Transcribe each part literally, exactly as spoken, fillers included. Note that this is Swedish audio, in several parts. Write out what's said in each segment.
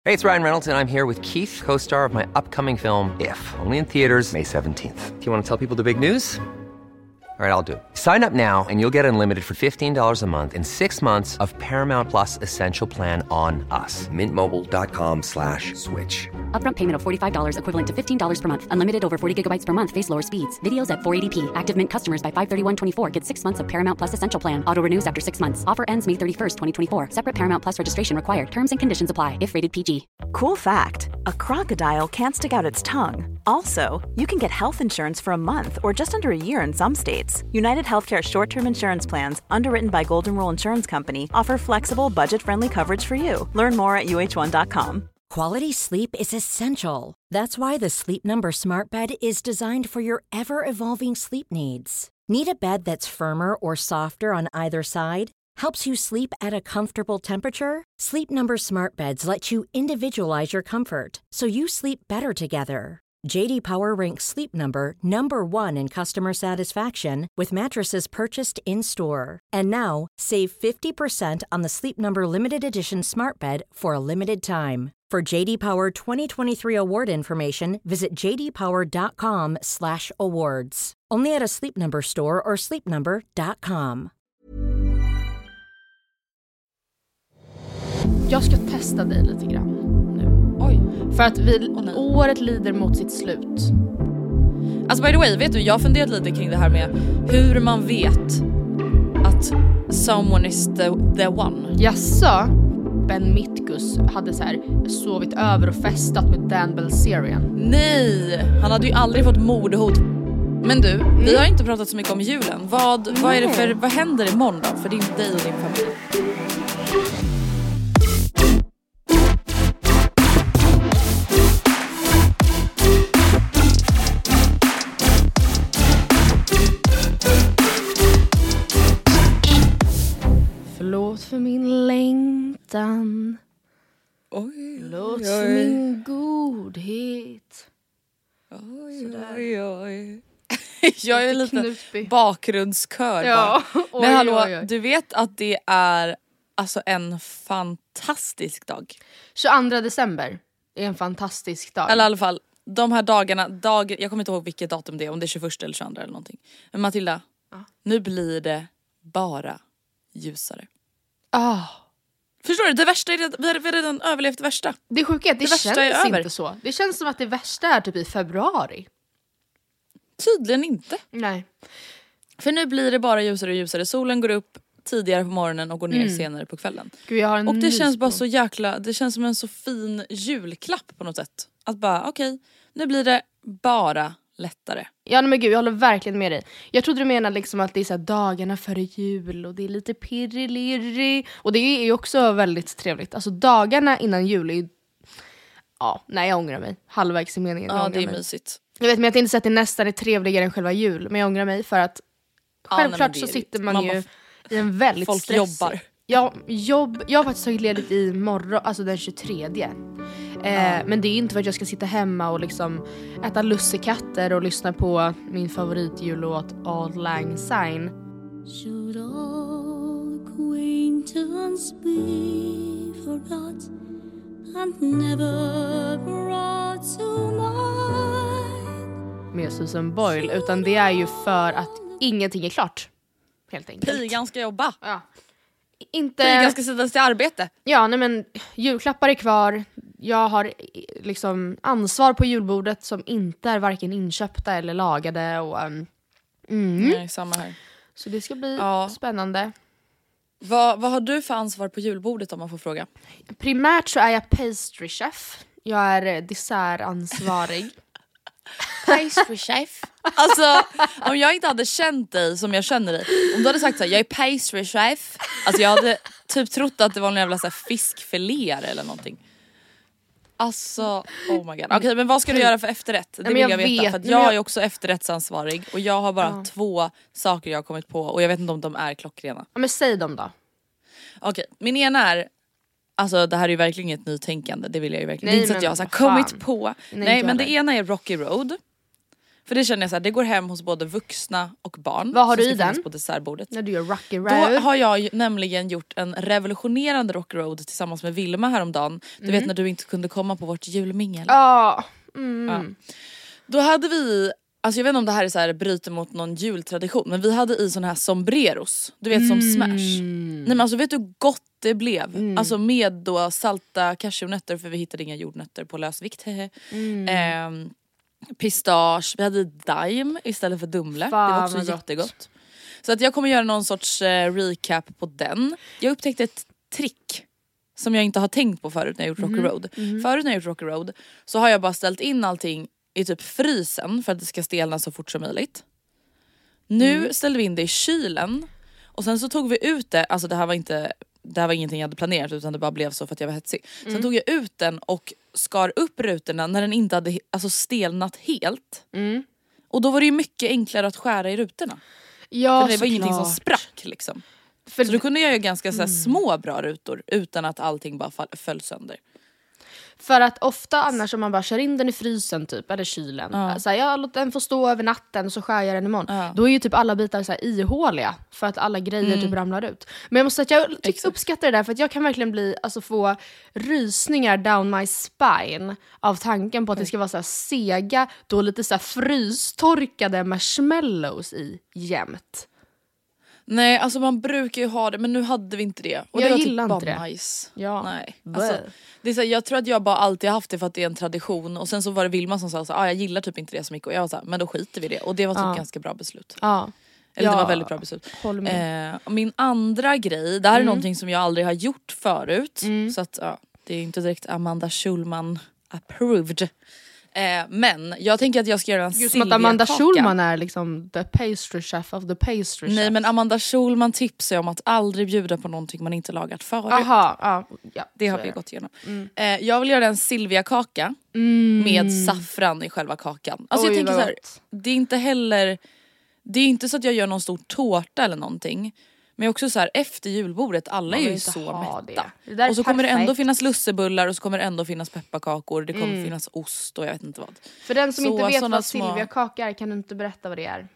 Hey, it's Ryan Reynolds, and I'm here with Keith, co-star of my upcoming film, If, only in theaters May seventeenth. Do you want to tell people the big news? All right, I'll do it. Sign up now and you'll get unlimited for fifteen dollars a month and six months of Paramount Plus Essential Plan on us. Mint Mobile dot com slash switch. Upfront payment of forty-five dollars equivalent to fifteen dollars per month. Unlimited over forty gigabytes per month. Face lower speeds. Videos at four eighty p. Active Mint customers by five thirty-one twenty-four get six months of Paramount Plus Essential Plan. Auto renews after six months. Offer ends May thirty-first, twenty twenty-four. Separate Paramount Plus registration required. Terms and conditions apply if rated P G. Cool fact, a crocodile can't stick out its tongue. Also, you can get health insurance for a month or just under a year in some states. United Healthcare short-term insurance plans, underwritten by Golden Rule Insurance Company, offer flexible, budget-friendly coverage for you. Learn more at U H one dot com. Quality sleep is essential. That's why the Sleep Number Smart Bed is designed for your ever-evolving sleep needs. Need a bed that's firmer or softer on either side? Helps you sleep at a comfortable temperature? Sleep Number Smart Beds let you individualize your comfort, so you sleep better together. J D Power ranks Sleep Number number one in customer satisfaction with mattresses purchased in-store. And now, save fifty percent on the Sleep Number Limited Edition Smart Bed for a limited time. For J D Power twenty twenty-three award information, visit j d power dot com slash awards. Only at a Sleep Number store or sleep number dot com. Jag ska testa dig lite grann nu. Oj. För att vi, året lider mot sitt slut. Alltså by the way, vet du, jag har funderat lite kring det här med hur man vet att someone is the, the one. Jaså? Ben Mitkus hade så här sovit över och festat med Dan Bilzerian. Nej, han hade ju aldrig fått mordhot. Men du, mm. vi har inte pratat så mycket om julen. Vad, vad är det för, vad händer imorgon då för din, dig och din familj? Förlåt för min längtan. Oj, Förlåt oj, för min godhet. Oj, oj, oj. Jag är lite Knutby. bakgrundskör. Ja. Oj, men hallå, oj, oj. Du vet att det är alltså en fantastisk dag. tjugoandra december är en fantastisk dag. Eller i alla fall, de här dagarna, dag, jag kommer inte ihåg vilket datum det är, om det är tjugoförsta eller tjugoandra eller någonting. Men Matilda, ah. nu blir det bara ljusare. Ah. Förstår du? Det värsta är vi har redan överlevt det värsta. Det är sjukt, det, det känns inte över. Så. Det känns som att det värsta är typ i februari. Tydligen inte. Nej. För nu blir det bara ljusare och ljusare. Solen går upp tidigare på morgonen och går ner mm. senare på kvällen. Gud, jag har en och det känns på. bara så jäkla, det känns som en så fin julklapp på något sätt. Att bara, okej, okay, nu blir det bara lättare. Ja men gud, jag håller verkligen med dig. Jag trodde du menade liksom att det är så här dagarna före jul och det är lite pirrilirri. Och det är ju också väldigt trevligt. Alltså dagarna innan jul är ju... Ja, nej jag ångrar mig. Halvvägs i meningen. Ja, det är mig. mysigt. Jag vet, men jag tänkte säga att det nästan är trevligare än själva jul. Men jag ångrar mig för att självklart ja, så sitter man, man ju bara, i en väldigt folk stressig... jobbar. Ja, jobb. Jag har faktiskt tagit ledigt i morgon, alltså den tjugotredje. Eh, men det är inte för att jag ska sitta hemma och liksom äta lussekatter och lyssna på min favoritjullåt Auld Lang Syne. Should all acquaintance be forgot and never brought to mind? Med Susan Boyle, utan det är ju för att ingenting är klart. Helt enkelt. Pigan ska jobba. Ja. Inte... Pigan ska sättas till arbete. Ja, nej men julklappar är kvar. Jag har liksom ansvar på julbordet som inte är varken inköpta eller lagade. Och, um, mm. Nej, samma här. Så det ska bli ja. spännande. Vad, vad har du för ansvar på julbordet om man får fråga? Primärt så är jag pastry chef. Jag är dessertansvarig. Pastry chef. Alltså, om jag inte hade känt dig som jag känner dig, om du hade sagt så här, jag är pastry chef, alltså jag hade typ trott att det var en jävla så här fiskfiléer eller någonting. Alltså, oh my god. Okej, okay, men vad ska du göra för efterrätt? Det vill jag, jag veta, vet, för att jag, jag är också efterrättsansvarig och jag har bara ja. två saker jag har kommit på och jag vet inte om de är klockrena. Ja, men säg dem då. Okej, okay, min ena är, alltså det här är ju verkligen inget nytänkande, det vill jag ju verkligen. Nej, inte så att jag har så här, kommit på. Nej, Nej men det ena är Rocky Road. För det känner jag så här, det går hem hos både vuxna och barn. Vad har du i den? den? På dessertbordet. När du gör Rocky Road. Då har jag ju nämligen gjort en revolutionerande Rocky Road tillsammans med Vilma häromdagen. Du Mm. vet när du inte kunde komma på vårt julmingel. Ja. Mm. Ja. Då hade vi, alltså jag vet inte om det här är så här bryter mot någon jultradition, men vi hade i såna här sombreros. Du vet som Smash. Nej men alltså vet du hur gott det blev? Mm. Alltså med då salta cashewnötter, för vi hittade inga jordnötter på lösvikt. Mm. eh, pistage, vi hade daim istället för dumle. Fan, det var vad också gott. jättegott. Så att jag kommer göra någon sorts eh, recap på den. Jag upptäckte ett trick som jag inte har tänkt på förut när jag gjort Rocky Road. Förut när jag gjort Rocky Road så har jag bara ställt in allting i typ frysen för att det ska stelna så fort som möjligt. Nu mm. ställde vi in det i kylen och sen så tog vi ut det, alltså det här var inte det här var ingenting jag hade planerat utan det bara blev så för att jag var hetsig. Sen mm. tog jag ut den och skar upp rutorna när den inte hade alltså stelnat helt. Mm. Och då var det ju mycket enklare att skära i rutorna. Ja, för det var såklart. ingenting som sprack liksom. För så då kunde jag ju ganska så här, mm. små bra rutor utan att allting bara fall, föll sönder. För att ofta annars om man bara kör in den i frysen typ, eller kylen. Ja. Så här, ja, låt den få stå över natten så skär jag den imorgon. Ja. Då är ju typ alla bitar så här ihåliga för att alla grejer Mm. typ ramlar ut. Men jag måste säga att jag typ Exakt. uppskattar det där för att jag kan verkligen bli, alltså få rysningar down my spine av tanken på att det ska vara så här sega, då lite så här frystorkade marshmallows i jämt. Nej, alltså man brukar ju ha det, men nu hade vi inte det. Och Jag det var gillar typ inte bara det. majs. Ja. Nej. Bäh. Alltså, det är så här, jag tror att jag bara alltid haft det för att det är en tradition. Och sen så var det Vilma som sa så här, ah, jag gillar typ inte det så mycket. Och jag var så här, men då skiter vi i det. Och det var typ Ja. ganska bra beslut. Ja. Eller ja. det var väldigt bra beslut. Håller med. Eh, och min andra grej, det här är Mm. någonting som jag aldrig har gjort förut. Mm. Så att ja, det är inte direkt Amanda Schulman approved. Eh, men jag tänker att jag ska göra en Just som att Amanda Silvia-kaka. Schulman är liksom the pastry chef of the pastry Nej chef. men Amanda Schulman tipsar om att aldrig bjuda på någonting man inte lagat förut. Aha, ja, ja, Det så har är vi gått igenom. Mm. Eh, jag vill göra en Silvia-kaka Mm. med saffran i själva kakan. Alltså Oj, jag tänker vad så här, gott. det är inte heller, det är inte så att jag gör någon stor tårta eller någonting. Men också så här, efter julbordet, alla Man är vill ju inte så ha mätta. det. Det där är Och så kommer det ändå perfekt. finnas lussebullar och så kommer det ändå finnas pepparkakor. Det kommer Mm. finnas ost och jag vet inte vad. För den som Så inte vet såna vad små- Silvia-kaka är, kan du inte berätta vad det är?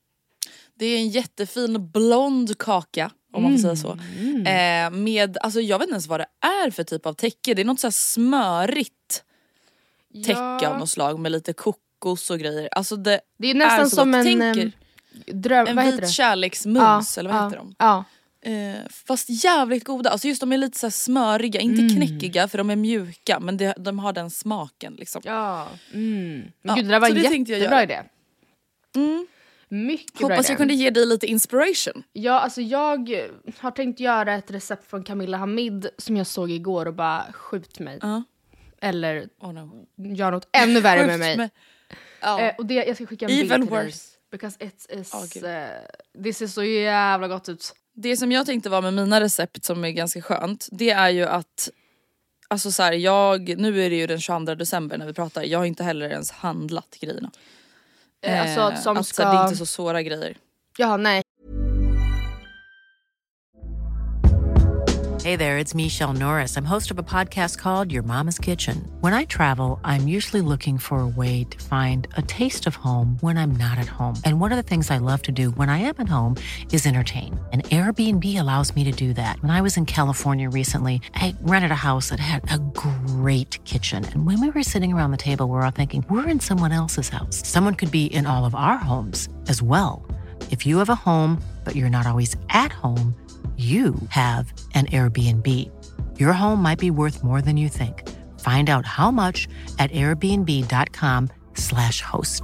Det är en jättefin blond kaka, om man får säga så. Mm. Eh, med, alltså jag vet inte ens vad det är för typ av täcke. Det är något så här smörigt täcke av något slag med lite kokos och grejer. Alltså det, Det är nästan är så som gott. en Tänker, em, dröm... en vad heter vit det? kärleksmums, eller vad ja, heter de? Ja. Eh, fast jävligt goda. Alltså just de är lite så här smöriga, inte Mm. knäckiga för de är mjuka. Men det, de har den smaken liksom. Ja. Mm. Men Ja, gud, det där var så en det tänkte jag jättebra göra. idé. Mm. Mycket bra Hoppas idé. jag kunde ge dig lite inspiration. Ja, alltså jag har tänkt göra ett recept från Camilla Hamid som jag såg igår och bara skjut mig. Ja. Eller Oh no. gör något ännu värre med Skjut mig. mig. Ja. Eh, och det, jag ska skicka en Even bild till worse. dig. Because it is, Oh, gud. uh, this is så jävla gott ut. Det som jag tänkte var med mina recept som är ganska skönt, det är ju att alltså så här, jag, nu är det ju den tjugoandra december när vi pratar, jag har inte heller ens handlat grejerna. Eh, alltså att som att, ska... så här, det är inte så svåra grejer. Ja, nej. Hey there, it's Michelle Norris. I'm host of a podcast called Your Mama's Kitchen. When I travel, I'm usually looking for a way to find a taste of home when I'm not at home. And one of the things I love to do when I am at home is entertain. And Airbnb allows me to do that. When I was in California recently, I rented a house that had a great kitchen. And when we were sitting around the table, we were all thinking, we're in someone else's house. Someone could be in all of our homes as well. If you have a home, but you're not always at home, you have an Airbnb. Your home might be worth more than you think. Find out how much at airbnb.com slash host.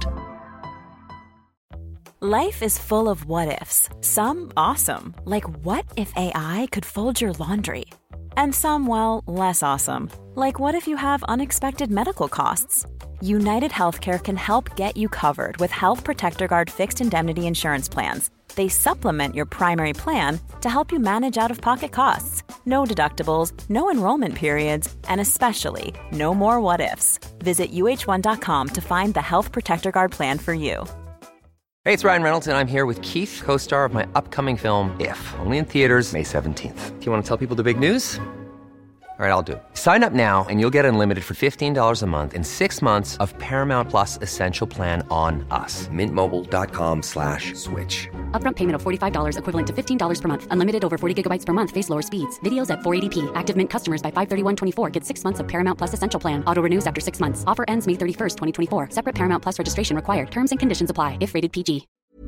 Life is full of what-ifs. Some awesome, like what if A I could fold your laundry? And some, well, less awesome, like what if you have unexpected medical costs? United Healthcare can help get you covered with Health Protector Guard fixed indemnity insurance plans. They supplement your primary plan to help you manage out-of-pocket costs. No deductibles, no enrollment periods, and especially no more what-ifs. Visit U H one dot com to find the Health Protector Guard plan for you. Hey, it's Ryan Reynolds, and I'm here with Keith, co-star of my upcoming film, If, only in theaters May seventeenth. Do you want to tell people the big news? All right, I'll do it. Sign up now and you'll get unlimited for fifteen dollars a month and six months of Paramount Plus Essential Plan on us. Mint Mobile dot com slash switch. Upfront payment of forty-five dollars equivalent to fifteen dollars per month. Unlimited over forty gigabytes per month. Face lower speeds. Videos at four eighty p. Active Mint customers by five thirty-one twenty-four get six months of Paramount Plus Essential Plan. Auto renews after six months. Offer ends May thirty-first, twenty twenty-four. Separate Paramount Plus registration required. Terms and conditions apply if rated P G.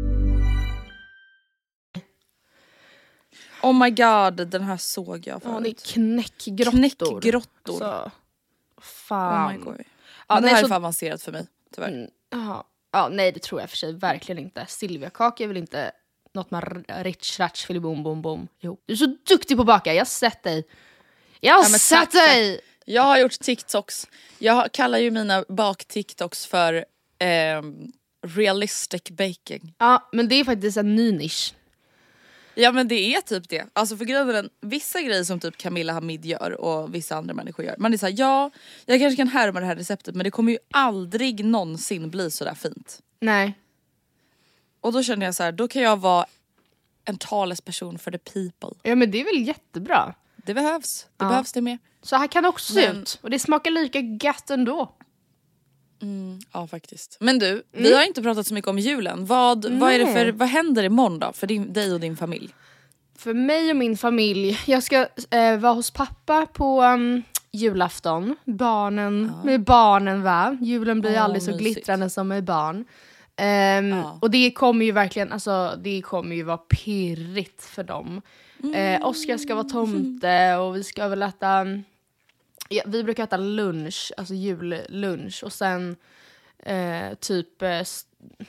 Oh my god, den här såg jag förut. Ja, det är knäckgrottor. Knäckgrottor. Så, fan. Oh my god. Ja, Men det nej, här så- är för avancerat för mig, tyvärr. Mm, jaha. Ja, nej det tror jag för sig verkligen inte. Silviakaka är väl inte något med rich ratch filibom bom bom ihop. Du är så duktig på att baka, jag har sett dig. Jag har Ja, men sett tack, dig! Jag har gjort TikToks. Jag kallar ju mina bak-TikToks för ehm, realistic baking. Ja, men det är faktiskt en ny nisch. Ja men det är typ det. Alltså för grejen är den, vissa grejer som typ Camilla Hamid gör och vissa andra människor gör. Man är såhär, ja jag kanske kan härma det här receptet men det kommer ju aldrig någonsin bli så där fint. Nej. Och då känner jag så här, då kan jag vara en talesperson för the people. Ja men det är väl jättebra. Det behövs, det Ja. behövs det med. Så här kan det också se Men- ut. Och det smakar lika gött ändå. Mm, ja faktiskt. Men du, vi har inte pratat så mycket om julen. Vad, vad, är det för, vad händer imorgon då för din, dig och din familj? För mig och min familj, jag ska eh, vara hos pappa på um, julafton. Barnen, med barnen va? Julen blir Åh, aldrig så mysigt. glittrande som med barn. Ehm, Ja. Och det kommer ju verkligen, alltså det kommer ju vara pirrigt för dem. Eh, Oskar ska vara tomte och vi ska väl äta, ja, vi brukar äta lunch, alltså jullunch och sen eh, typ eh, s-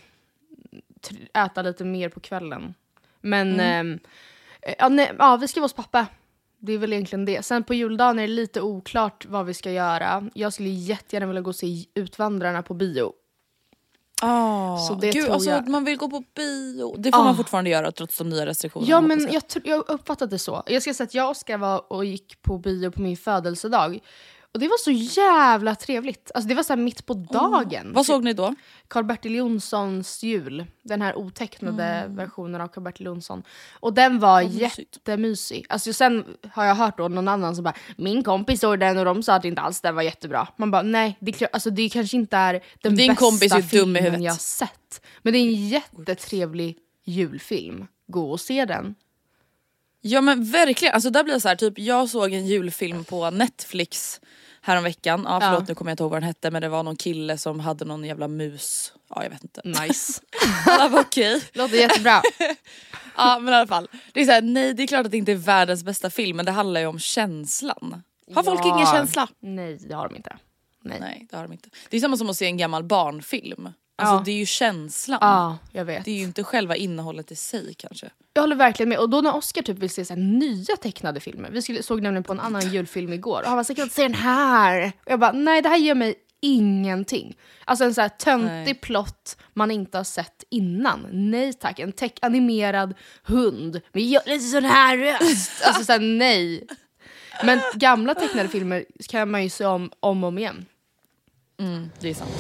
tr- äta lite mer på kvällen. Men ehm, Ja, nej, ja, vi ska vara hos pappa. Det är väl egentligen det. Sen på juldagen är det lite oklart vad vi ska göra. Jag skulle jättegärna vilja gå och se Utvandrarna på bio. Oh, Så det Gud, tror alltså jag- att man vill gå på bio. Det får Ah. man fortfarande göra trots de nya restriktionerna. Ja, hoppas men jag. jag, tr- jag uppfattade det så. Jag ska säga att jag och Oskar var och gick på bio på min födelsedag. Och det var så jävla trevligt. Alltså det var så här mitt på dagen. Vad såg ni då? Karl-Bertil Jonssons jul. Den här otecknade versionen av Karl-Bertil Jonsson. Och den var mysigt. jättemysig. Alltså sen har jag hört då någon annan som bara, min kompis såg den och de sa att inte alls den var jättebra. Man bara, nej, det, är klart, alltså, det kanske inte är den Din bästa kompis är dum i filmen huvudet. jag har sett. Men det är en jättetrevlig julfilm. Gå och se den. Ja men verkligen, alltså där blir det så här, typ jag såg en julfilm på Netflix häromveckan. Ja förlåt Ja. nu kommer jag inte ihåg vad den hette, men det var någon kille som hade någon jävla mus. Ja jag vet inte. Nice. Ja, var okej. Låter jättebra. Ja men i alla fall. Det är så här, nej det är klart att det inte är världens bästa film, men det handlar ju om känslan. Har folk Ja. ingen känsla? Nej, det har de inte. Nej. Nej det har de inte. Det är samma som att se en gammal barnfilm. Alltså Ja. det är ju känslan. Ja, jag vet. Det är ju inte själva innehållet i sig kanske. Jag håller verkligen med. Och då när Oskar typ vill se så här nya tecknade filmer. Vi skulle, såg nämligen på en annan julfilm igår. Och han var så, kan jag inte se den här? Och jag bara, nej det här ger mig ingenting. Alltså en så här töntig Nej. plott man inte har sett innan. Nej tack, en tech animerad hund. Men gör lite sån här röst. Alltså så här, nej. Men gamla tecknade filmer kan man ju se om, om och om igen. Mm, det är sant.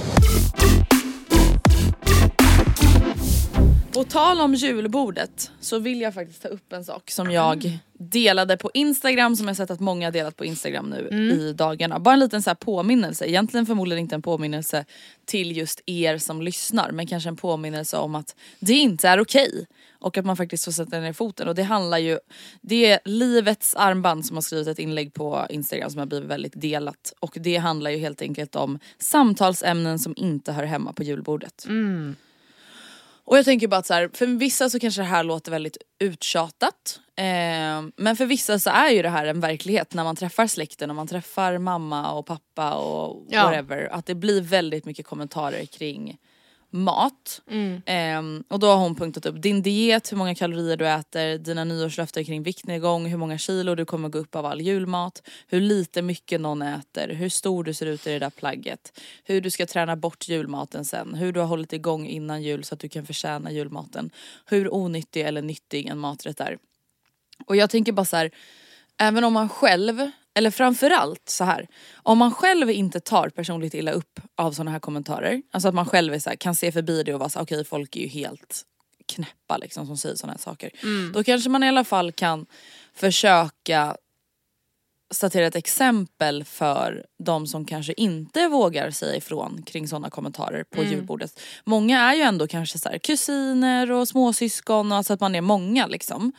På tal om julbordet så vill jag faktiskt ta upp en sak som jag delade på Instagram, som jag sett att många har delat på Instagram nu i dagarna. Bara en liten så här påminnelse, egentligen förmodligen inte en påminnelse till just er som lyssnar, men kanske en påminnelse om att det inte är okej och att man faktiskt får sätta ner foten. Och det handlar ju, det är Livets armband som har skrivit ett inlägg på Instagram som har blivit väldigt delat, och det handlar ju helt enkelt om samtalsämnen som inte hör hemma på julbordet. Och jag tänker bara att så här, för vissa så kanske det här låter väldigt uttjatat. Eh, men för vissa så är ju det här en verklighet när man träffar släkten och man träffar mamma och pappa och Ja. whatever. Att det blir väldigt mycket kommentarer kring mat. Mm. Eh, och då har hon punktat upp din diet, hur många kalorier du äter, dina nyårslöften kring viktnedgång, hur många kilo du kommer gå upp av all julmat, hur lite mycket någon äter, hur stor du ser ut i det där plagget, hur du ska träna bort julmaten sen, hur du har hållit igång innan jul så att du kan förtjäna julmaten, hur onyttig eller nyttig en maträtt är. Och jag tänker bara så här, även om man själv, eller framförallt så här, om man själv inte tar personligt illa upp av såna här kommentarer, alltså att man själv är så här, kan se förbi det och vara så okej, okay, folk är ju helt knäppa liksom som säger såna här saker. Då kanske man i alla fall kan försöka statera ett exempel för de som kanske inte vågar säga ifrån kring sådana kommentarer på mm. julbordet. Många är ju ändå kanske så här kusiner och småsyskon och alltså att man är många liksom.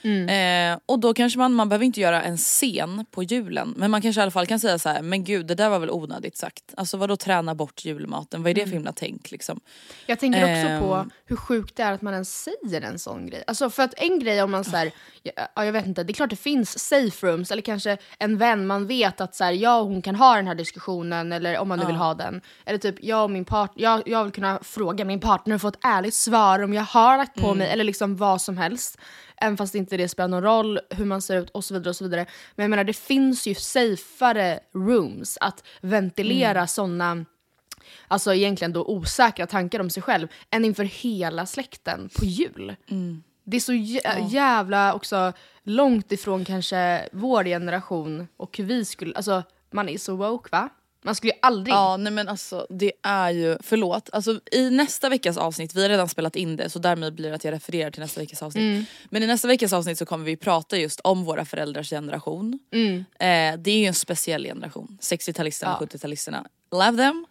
Mm. Eh, och då kanske man, man behöver inte göra en scen på julen, men man kanske i alla fall kan säga så här: men gud, det där var väl onödigt sagt. Alltså vadå träna bort julmaten? Vad är det för himla tänk liksom? Jag tänker också eh, på hur sjukt det är att man ens säger en sån grej. Alltså för att en grej om man så här, ja, jag vet inte, det är klart det finns safe rooms eller kanske en vän man vet att så här, ja, hon kan ha den här diskussionen eller om man nu vill ha den. Eller typ jag och min partner, jag, jag vill kunna fråga min partner och få ett ärligt svar om jag har lagt på mm. mig eller liksom vad som helst. Även fast inte det spelar någon roll hur man ser ut och så vidare och så vidare. Men jag menar, det finns ju safeare rooms att ventilera mm. sådana, alltså egentligen då osäkra tankar om sig själv än inför hela släkten på jul. Mm. Det är så jä- ja. jävla också långt ifrån kanske vår generation och hur vi skulle, alltså man är så woke, va? Man skulle ju aldrig... Ja, nej men alltså det är ju, förlåt, alltså i nästa veckas avsnitt, vi har redan spelat in det så därmed blir det att jag refererar till nästa veckas avsnitt. Mm. Men i nästa veckas avsnitt så kommer vi prata just om våra föräldrars generation. Mm. Eh, det är ju en speciell generation, sextio-talisterna, ja. sjuttio-talisterna. Love them,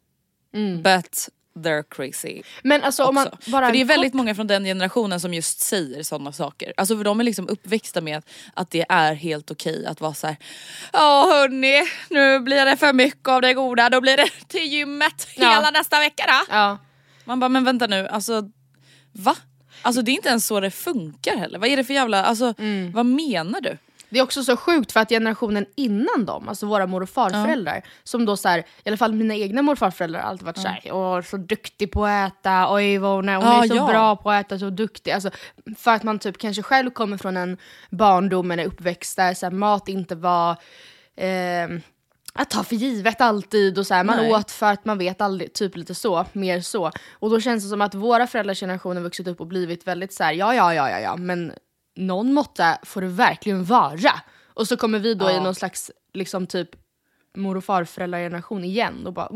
mm. but they're crazy. Men alltså om man bara för det är väldigt kort... många från den generationen som just säger sådana saker. Alltså för de är liksom uppväxta med att det är helt okej att vara så här: ja hörni, nu blir det för mycket av det goda, då blir det till gymmet ja. hela nästa vecka då. Ja. Man bara, men vänta nu, alltså va? Alltså det är inte ens så det funkar heller. Vad är det för jävla, alltså mm. vad menar du? Det är också så sjukt för att generationen innan dem, alltså våra mor- och farföräldrar, ja. som då så här, i alla fall mina egna mor- och farföräldrar har alltid varit ja. så här, åh, så duktig på att äta, oj vad hon är, hon ja, är så ja. bra på att äta, så duktig. Alltså, för att man typ kanske själv kommer från en barndom eller uppväxt där så här, mat inte var eh, att ta för givet alltid och så här, man Nej. åt för att man vet aldrig, typ lite så, mer så. Och då känns det som att våra föräldrars generation har vuxit upp och blivit väldigt så här, ja ja ja ja ja, men någon måtta får det verkligen vara. Och så kommer vi då ja. i någon slags liksom typ mor- och farföräldrageneration igen och bara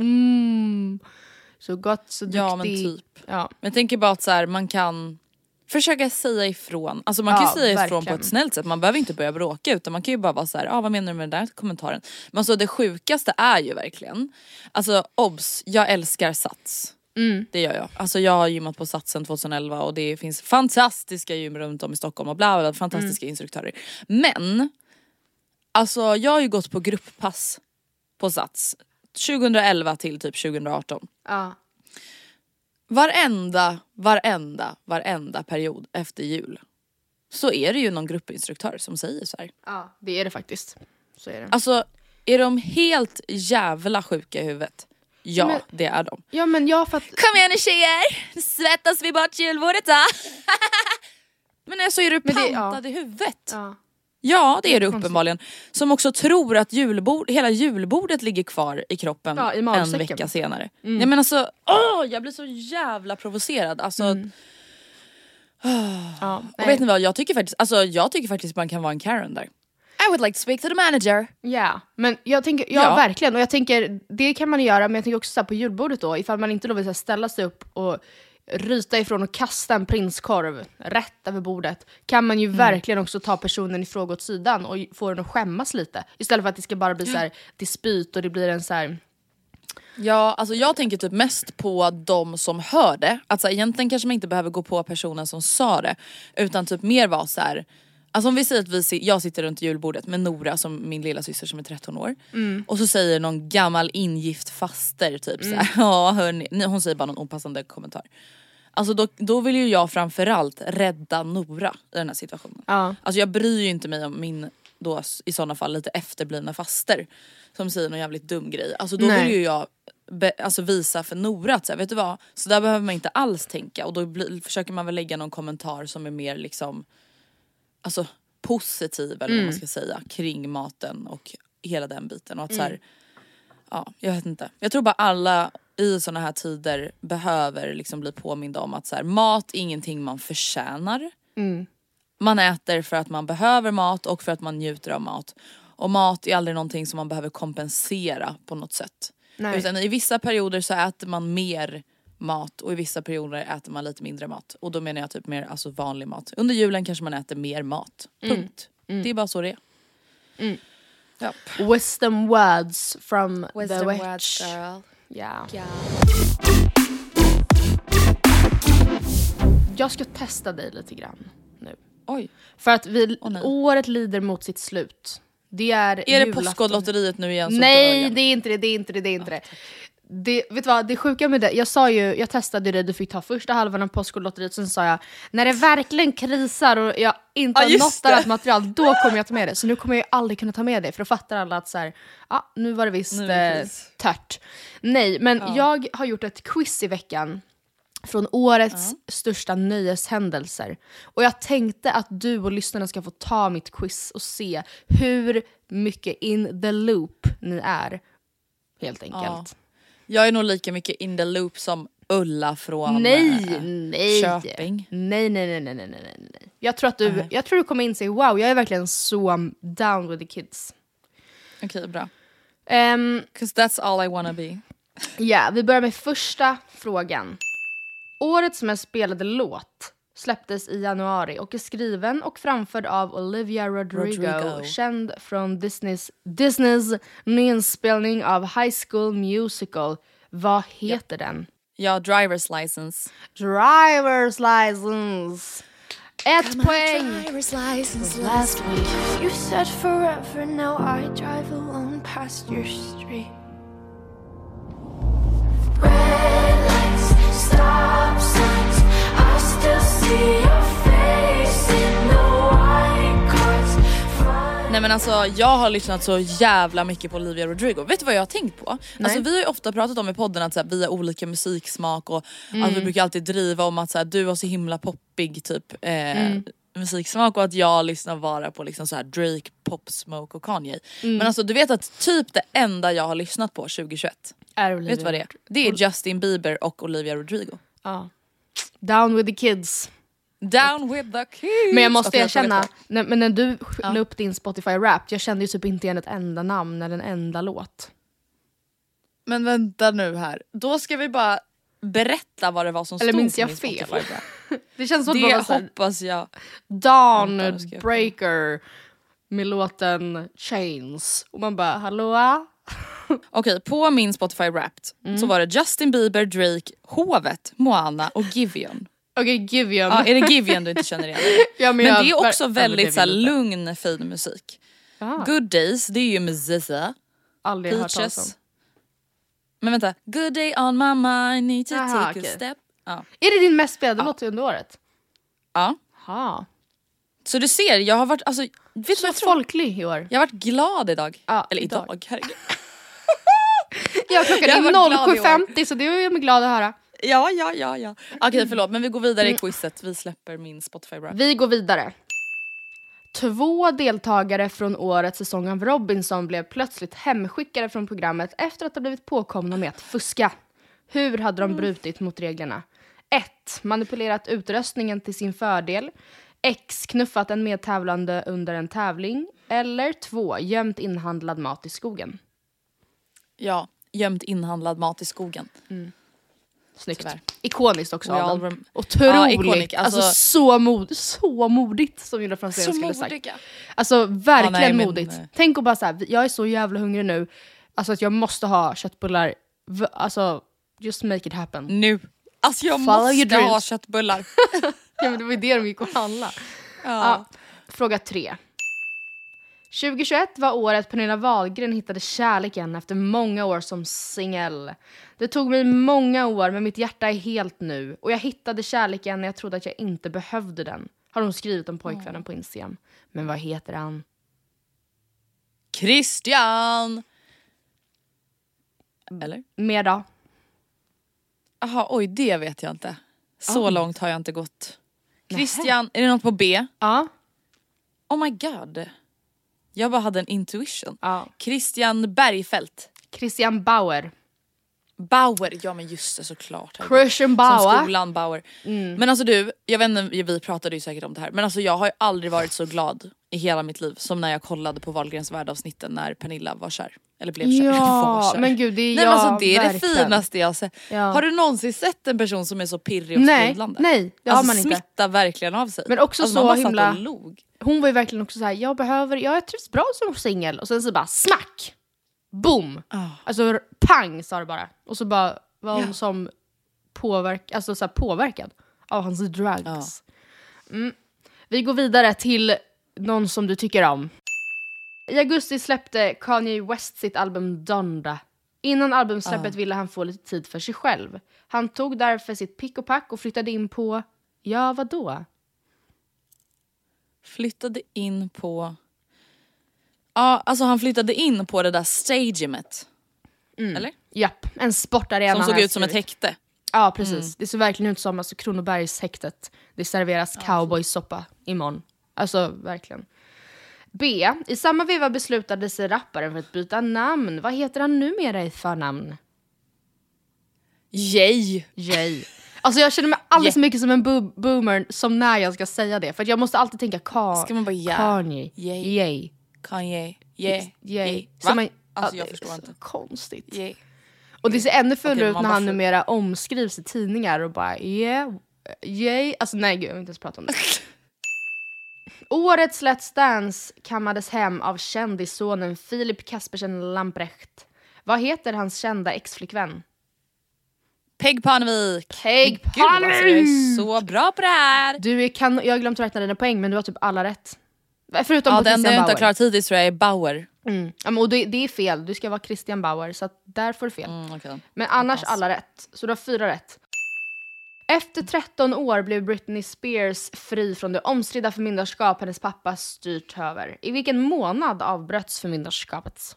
mm, så gott, så duktig. Ja men typ. Ja. Men jag tänker bara att så här, man kan försöka säga ifrån. Alltså man kan ja, säga verkligen. ifrån på ett snällt sätt. Man behöver inte börja bråka utan man kan ju bara vara så här, ah, vad menar du med den där kommentaren? Men så det sjukaste är ju verkligen, alltså obs, jag älskar Sats. Mm. Det gör jag. Alltså jag har gymmat på Satsen tjugoelva och det finns fantastiska gym runt om i Stockholm och bla bla, fantastiska mm. instruktörer. Men alltså jag har ju gått på grupppass på Sats tjugoelva till typ tjugoarton. Ja. Varenda, varenda, varenda period efter jul så är det ju någon gruppinstruktör som säger så här. Ja, det är det faktiskt. Så är det. Alltså är de helt jävla sjuka i huvudet? Ja, men, det är de. Ja, men jag fatt... Kom igen nu tjejer, nu svettas vi bort julbordet då. Men alltså är du pantad det, ja. i huvudet? Ja. Ja, det är du uppenbarligen. Som också tror att julbord, hela julbordet ligger kvar i kroppen ja, i en vecka senare. Mm. Jag menar så, åh, jag blir så jävla provocerad. Alltså, mm. oh. ja, och vet ni vad, jag tycker faktiskt, alltså, jag tycker faktiskt man kan vara en Karen där. I would like to speak to the manager. Ja, yeah. men jag tänker, ja, ja verkligen. Och jag tänker, det kan man göra, men jag tänker också så här, på julbordet då, ifall man inte då vill så här, ställa sig upp och ryta ifrån och kasta en prinskorv rätt över bordet, kan man ju mm. verkligen också ta personen i fråga åt sidan och få den att skämmas lite. Istället för att det ska bara bli så här dispyt och det blir en så här... Ja, alltså jag tänker typ mest på de som hör det. Alltså egentligen kanske man inte behöver gå på personen som sa det, utan typ mer vara så här. Alltså om vi säger att vi, jag sitter runt julbordet med Nora som min lilla syster som är tretton år. Mm. Och så säger någon gammal ingift faster typ mm. så här, ja hörni, hon säger bara någon opassande kommentar. Alltså då, då vill ju jag framförallt rädda Nora i den här situationen. Ja. Alltså jag bryr ju inte mig om min då i sådana fall lite efterblivna faster som säger någon jävligt dum grej. Alltså då Nej. vill ju jag be, alltså visa för Nora att så här, vet du vad, så där behöver man inte alls tänka. Och då bli, försöker man väl lägga någon kommentar som är mer liksom alltså positiv eller mm. vad man ska säga kring maten och hela den biten och att mm. så här, ja, jag vet inte. Jag tror bara alla i såna här tider behöver liksom bli påminda om att så här, mat är ingenting man förtjänar. Mm. Man äter för att man behöver mat och för att man njuter av mat. Och mat är aldrig någonting som man behöver kompensera på något sätt. Nej. Utan i vissa perioder så äter man mer mat och i vissa perioder äter man lite mindre mat. Och då menar jag typ mer alltså vanlig mat. Under julen kanske man äter mer mat. Punkt. Mm. Mm. Det är bara så det är. Mm. Yep. Wisdom words from Wisdom the witch. words, girl. Yeah. Yeah. Jag ska testa dig lite grann nu. Oj. För att vi, oh, året lider mot sitt slut. Det är Är det Postkodlotteriet nu igen? Så nej, det är inte det, det är inte det, det är inte det. Det, vet du vad, det sjuka med det, jag sa ju, jag testade det, du fick ta första halvan av Postkodlotteriet, sen sa jag, när det verkligen krisar och jag inte har ah, något annat material, då kommer jag ta med det. Så nu kommer jag aldrig kunna ta med det, för då fattar alla att så här, ja, nu var det visst eh, tört. Nej, men ja. jag har gjort ett quiz i veckan från årets uh-huh. största nöjeshändelser. Och jag tänkte att du och lyssnarna ska få ta mitt quiz och se hur mycket in the loop ni är. Helt enkelt. Ja. Jag är nog lika mycket in the loop som Ulla från nej, äh, nej. Köping. Nej, nej, nej, nej, nej, nej, nej. Jag tror att du, uh-huh. jag tror du kommer inse, wow, jag är verkligen så down with the kids. Okej, okay, bra. Um, 'Cause that's all I wanna be. Ja, yeah, vi börjar med första frågan. Årets mest spelade låt släpptes i januari och är skriven och framförd av Olivia Rodrigo, Rodrigo. känd från Disneys, Disneys nyinspelning av High School Musical. Vad heter yep. den? Ja, Driver's License. Driver's License. Ett poäng. Driver's license last week. You said forever, now I drive alone past your street. Red lights, stop signs, I still see your face in the white cars. Nej men alltså jag har lyssnat så jävla mycket på Olivia Rodrigo. Vet du vad jag har tänkt på? Nej. Alltså vi har ju ofta pratat om i podden att så här, vi har olika musiksmak och mm. att vi brukar alltid driva om att så här, du har så himla poppig typ eh, mm. musiksmak och att jag lyssnar bara på liksom så här Drake, Pop Smoke och Kanye. Mm. Men alltså du vet att typ det enda jag har lyssnat på tjugohundratjugoett är Olivia. Vet du vad det är? Det är Justin Bieber och Olivia Rodrigo. Ja. Down with the kids. Down with the kids. Men jag måste alltså, erkänna, när, men när du ja. la upp din Spotify Rap, jag kände ju typ inte igen ett enda namn eller en enda låt. Men vänta nu här. Då ska vi bara berätta vad det var som eller stod minns jag på min fel? Spotify Rap. Det känns som det att det hoppas jag. Dawn Breaker med låten Chains. Och man bara, hallå? Okej, okay, på min Spotify Wrapped mm. så var det Justin Bieber, Drake, Hovet, Moana och Giveon. Okej, okay, Giveon. Ja, är det Giveon du inte känner igen? ja, men, men det är också väldigt så här, lugn, fin musik. Aha. Good Days, det är ju med Zizza. Aldrig hört talas om. Men vänta, Good Day on my mind, need to Aha, take okay. a step. Ja. Är det din mest spelade ja. låt under året? Ja. Aha. Så du ser, jag har varit alltså, vet så jag folklig i år. Jag har varit glad idag. Ja, Eller idag, idag herregud. Ja, klockan är sju femtio så det är jag mig glad att höra. Ja, ja, ja, ja. Okej, okay, förlåt, men vi går vidare i quizet. Vi släpper min Spotify Rap. Vi går vidare. Två deltagare från årets säsong av Robinson blev plötsligt hemskickade från programmet efter att ha blivit påkomna med att fuska. Hur hade de brutit mot reglerna? ett. Manipulerat utröstningen till sin fördel. X. Knuffat en medtävlande under en tävling. Eller två. Gömt inhandlad mat i skogen. Ja, gömt inhandlad mat i skogen. Mm. Snyggt. Tyvärr. Ikoniskt också. Av rem- Otroligt. Ja, alltså, alltså så, mod- så modigt som Julia Franzén skulle sagt. Alltså verkligen ja, nej, modigt. Men, tänk och bara så här, jag är så jävla hungrig nu. Alltså att jag måste ha köttbullar. V- alltså, just make it happen. Nu. Alltså jag Follow måste ha köttbullar. Ja, men det var ju det de gick och handla. Ja. Ja, fråga tre. tjugohundratjugoett var året Pernilla Wahlgren hittade kärleken efter många år som singel. Det tog mig många år, men mitt hjärta är helt nu. Och jag hittade kärleken när jag trodde att jag inte behövde den. Har hon skrivit om pojkvännen mm. på Instagram. Men vad heter han? Christian! Eller? Mer då? Jaha, oj, det vet jag inte. Så oh. långt har jag inte gått. Christian, Nähe. Är det något på B? Ja. Oh my god. Jag bara hade en intuition. Ja. Christian Bergfeldt. Christian Bauer. Bauer, ja men just det, såklart. Christian Bauer. Som skolan Bauer. Mm. Men alltså du, jag vet inte, vi pratade ju säkert om det här. Men alltså jag har ju aldrig varit så glad i hela mitt liv som när jag kollade på Wahlgrens värld-avsnitten när Pernilla var kär. Eller blev kär. Ja, kär. men gud, det är nej, jag, men alltså, det är verkligen. det finaste jag sett. Ja. Har du någonsin sett en person som är så pirrig och nej, sprudlande? Nej, det alltså, har man inte. Smittar verkligen av sig. Men också alltså, så man himla... och log. hon var ju verkligen också så här: jag behöver, ja, jag trivs bra som singel. Och sen så bara smack! Boom! Oh. Alltså pang sa det bara. Och så bara var hon Ja. som påverk, alltså, så här, påverkad av hans drugs. Ja. Mm. Vi går vidare till någon som du tycker om. I augusti släppte Kanye West sitt album Donda. Innan albumsläppet ville han få lite tid för sig själv. Han tog därför sitt pick och pack och flyttade in på... Ja, vadå? Flyttade in på... Ja, alltså han flyttade in på det där stadiumet. Mm. Eller? Japp, en sportarena. Som såg här ut som ett skrivit. häkte. Ja, precis. Mm. Det ser verkligen ut som alltså, Kronobergshäktet. Det serveras ja, cowboysoppa imorgon. Alltså, verkligen. B. I samma veva beslutade sig rapparen för att byta namn. Vad heter han numera i förnamn? Jay. Jay. Alltså jag känner mig alldeles yeah. mycket som en bo- boomer som när jag ska säga det. För att jag måste alltid tänka ka- ska man bara ja. Kanye. Yay. Yay. Kanye. Yeah. Yay. Va? Man, alltså ja, jag förstår inte. Konstigt. Yay. Och det ser ännu fulare okay, ut när han för... numera omskrivs i tidningar och bara yeah, yay. Alltså nej gud, jag vill inte ens prata om det. Årets Let's Dance kammades hem av kändissonen Filip Kaspersen Lamprecht. Vad heter hans kända ex-flickvän? Peg Parnevik. Peg Parnevik. Alltså, jag är så bra på det här. Du är kan jag har glömt att räkna dina poäng, men du har typ alla rätt. Förutom ja, på den Christian jag Bauer. inte har klarat hittills tror jag är Bauer. Mm. Ja, men, och det, det är fel. Du ska vara Christian Bauer, så att där får du fel. Mm, okay. Men annars alla rätt. Så du har fyra rätt. Efter tretton år blev Britney Spears fri från det omstridda förmyndarskap hennes pappa styrt över. I vilken månad avbröts förmyndarskapet?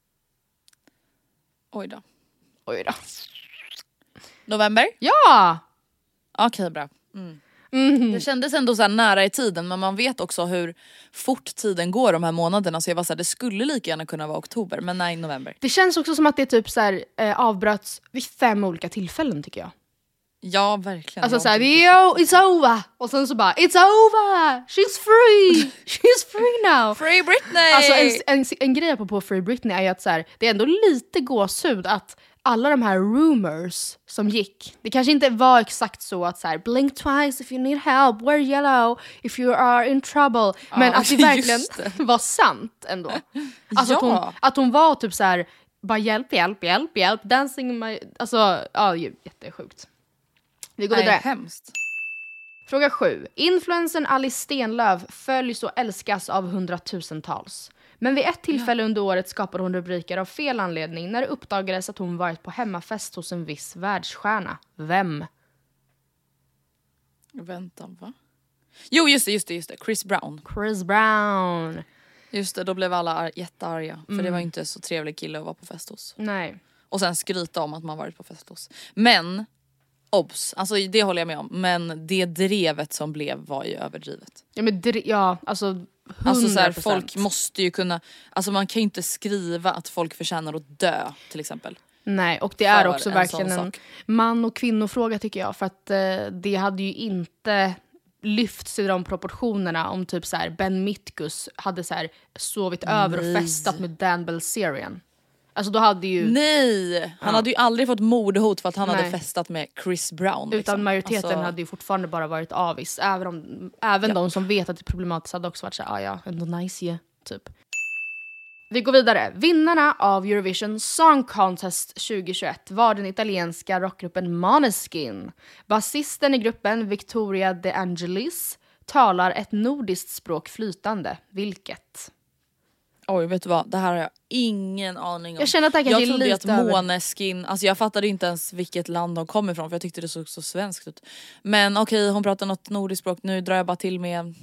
Oj då. Oj då. November? Ja! Okej, okay, bra. Mm. Mm. Det kändes ändå så här nära i tiden, men man vet också hur fort tiden går de här månaderna, så jag var så här, det skulle lika gärna kunna vara oktober, men nej, november. Det känns också som att det typ så här, eh, avbröts vid fem olika tillfällen tycker jag. Ja, verkligen. Alltså såhär, it's over! Och sen så bara, it's over! She's free! She's free now! Free Britney! Alltså en, en, en grej på Free Britney är ju att så här, det är ändå lite gåshud att alla de här rumors som gick, det kanske inte var exakt så att så här, blink twice if you need help, wear yellow if you are in trouble, ja, men att det verkligen det. var sant ändå. Alltså ja. att, hon, att hon var typ så här, bara hjälp, hjälp, hjälp, hjälp, dancing my... Alltså, ja, jättesjukt. Vi går vidare. Hemskt. Fråga sju. Influencern Alice Stenlöf följs och älskas av hundratusentals. Men vid ett tillfälle under året skapade hon rubriker av fel anledning när det uppdagades att hon varit på hemmafest hos en viss världsstjärna. Vem? Vänta, va? Jo, just det, just det, just det. Chris Brown. Chris Brown. Just det, då blev alla ar- jättearga. För Mm. det var ju inte så trevlig kille att vara på fest hos. Nej. Och sen skryta om att man varit på fest hos. Men, obs, alltså det håller jag med om. Men det drevet som blev var ju överdrivet. Ja, men dre- ja, alltså hundra procent. Alltså så här, folk måste ju kunna, alltså man kan ju inte skriva att folk förtjänar att dö till exempel. Nej, och det är För också en verkligen sån en sak. man- och kvinnofråga tycker jag. För att eh, det hade ju inte lyfts i de proportionerna om typ så här Ben Mitkus hade så här sovit över och Nej. festat med Dan Bilzerian. Alltså då hade ju... Nej, han Ja. hade ju aldrig fått mordhot för att han Nej. hade festat med Chris Brown. Utan liksom. majoriteten Alltså, hade ju fortfarande bara varit avis. Även, om, även Ja. de som vet att det är problematiskt hade också varit så här, ah, ja, ändå nice yeah, typ. Vi går vidare. Vinnarna av Eurovision Song Contest tjugohundratjugoett var den italienska rockgruppen Måneskin. Basisten i gruppen, Victoria De Angelis, talar ett nordiskt språk flytande. Vilket? Oj, vet du vad? Det här har jag ingen aning om. Jag känner att det här kanske jag är trodde ju lite att över- Måneskin, alltså jag fattade inte ens vilket land de kom ifrån för jag tyckte det såg så svenskt ut. Men okej, hon pratar något nordiskt språk. Nu drar jag bara till med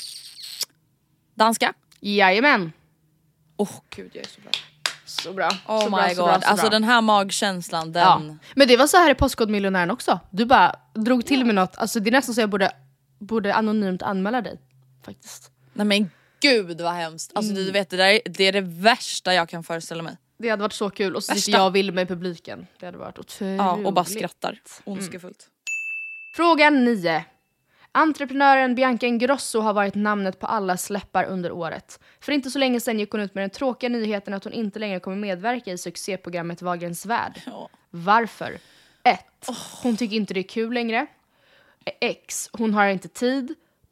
danska. Jajamän. Åh oh, gud, jag är så bra. Så bra. Oh så my bra, god, så bra, så alltså bra. den här magkänslan, den... Ja. Men det var så här i Postkodmiljonären också. Du bara drog till med något. Alltså det är nästan så jag borde, borde anonymt anmäla dig. Faktiskt. Nej men gud vad hemskt. Alltså Mm. du vet, det, där, är- det är det värsta jag kan föreställa mig. Det hade varit så kul. Och så Värsta. sitter jag och vill med publiken. Det hade varit otroligt. Ja, och bara skrattar. Ondskefullt. Fråga nio. Entreprenören Bianca Ingrosso har varit namnet på alla släppar under året. För inte så länge sedan gick hon ut med den tråkiga nyheten att hon inte längre kommer medverka i succéprogrammet Wahlgrens värld. Ja. Varför? ett. Hon tycker inte det är kul längre. X. Hon har inte tid.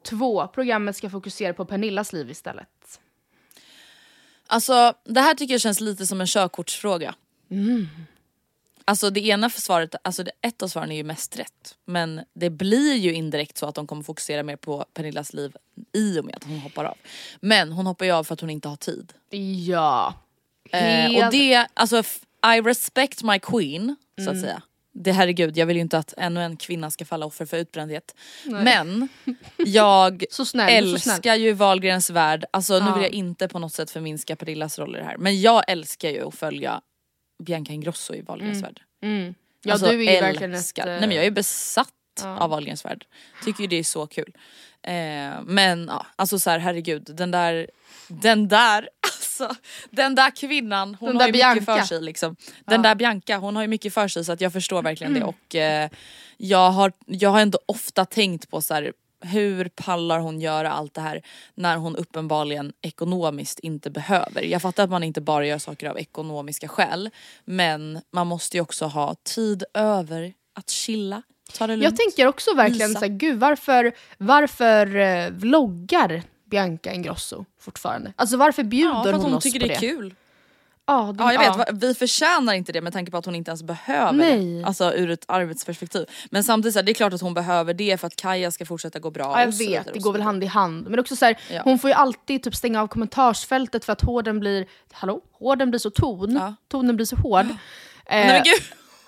Två, programmet ska fokusera på Pernillas liv istället. Alltså det här tycker jag känns lite som en körkortsfråga. Mm. Alltså det ena svaret, alltså det, ett av svaren är ju mest rätt. Men det blir ju indirekt så att de kommer fokusera mer på Pernillas liv i och med att hon hoppar av. Men hon hoppar ju av för att hon inte har tid. Ja. Eh, och det, alltså I respect my queen, så att Mm. säga. Det herregud, jag vill ju inte att ännu en kvinna ska falla offer för utbrändhet. Nej. Men jag så snäll, älskar så snäll. ju Wahlgrens värld. Alltså nu Ja. vill jag inte på något sätt förminska Pernillas roller i det här. Men jag älskar ju att följa Bianca Ingrosso i Wahlgrens Mm. värld. Mm. Ja, Alltså, du är ju älskar. verkligen ett... Nej men jag är besatt Ja. av Wahlgrens värld. Tycker ju det är så kul. Eh, men ja, alltså så här, herregud, den där den där alltså, den där kvinnan, hon Den har där ju mycket Bianca. för sig liksom. Den Ja. där Bianca, hon har ju mycket för sig så att jag förstår verkligen det och eh, jag har jag har ändå ofta tänkt på så här, hur pallar hon göra allt det här när hon uppenbarligen ekonomiskt inte behöver. Jag fattar att man inte bara gör saker av ekonomiska skäl, men man måste ju också ha tid över att chilla. Ta det lugnt. Jag tänker också verkligen Visa. så här, gud varför, varför eh, vloggar Bianca Ingrosso fortfarande? Alltså varför bjuder Ja, för att hon, hon oss tycker på det är det? kul. Ja, det, Ja, jag vet. ja. va- Vi förtjänar inte det med tanke på att hon inte ens behöver Nej. det. Alltså ur ett arbetsperspektiv. Men samtidigt så här, det är klart att hon behöver det för att Kaja ska fortsätta gå bra. Ja, jag och så vidare vet, och det så går väl vidare. hand i hand. Men också så här, Ja. hon får ju alltid typ stänga av kommentarsfältet för att hården blir, hallå? Hården blir så ton, Ja. tonen blir så hård. Eh, Nej men gud.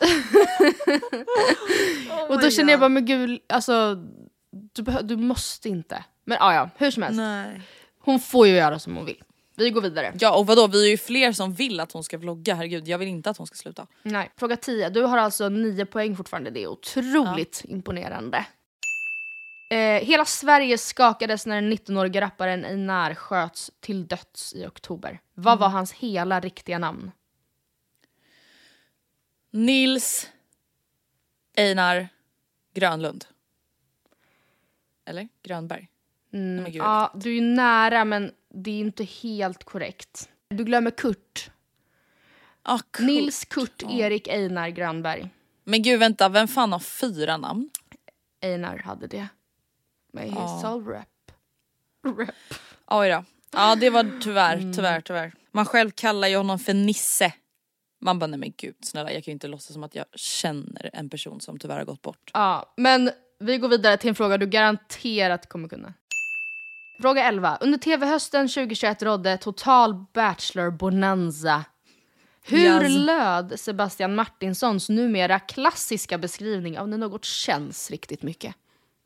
och då känner jag bara, men gud, alltså du, behö- du måste inte. Men ja, ja, hur som helst. Nej. Hon får ju göra som hon vill. Vi går vidare. Ja och vadå, vi är ju fler som vill att hon ska vlogga. Herregud, jag vill inte att hon ska sluta. Nej, fråga tio. Du har alltså nio poäng fortfarande. Det är otroligt imponerande. Eh, hela Sverige skakades när den nittonåriga rapparen Einar sköts till döds i oktober. Vad var hans hela riktiga namn? Nils Einar Grönlund. Eller? Grönberg. Mm, men gud, jag ja, du är ju nära men det är inte helt korrekt. Du glömmer Kurt. Ah, Kurt. Nils Kurt Erik Einar Grönberg. Men gud vänta, vem fan har fyra namn? Einar hade det. Med Ja. his soul rap. Rap. Oj då. Ja det var tyvärr, Mm. tyvärr, tyvärr. Man själv kallar ju honom för Nisse. Man bara nej men gud snälla, jag kan ju inte låtsas som att jag känner en person som tyvärr har gått bort. Ja, men vi går vidare till en fråga du garanterat kommer kunna. Fråga elva. Under tv-hösten tjugohundratjugoett rådde total bachelor-bonanza. Hur Yes. löd Sebastian Martinssons numera klassiska beskrivning av när något känns riktigt mycket?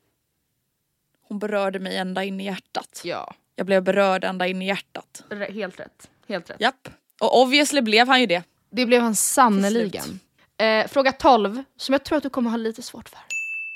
Hon berörde mig ända in i hjärtat. Ja, Jag blev berörd ända in i hjärtat. r- helt rätt. Helt rätt. Japp. Och obviously blev han ju det. Det blev han Till sannoliken. Eh, fråga tolv, som jag tror att du kommer ha lite svårt för.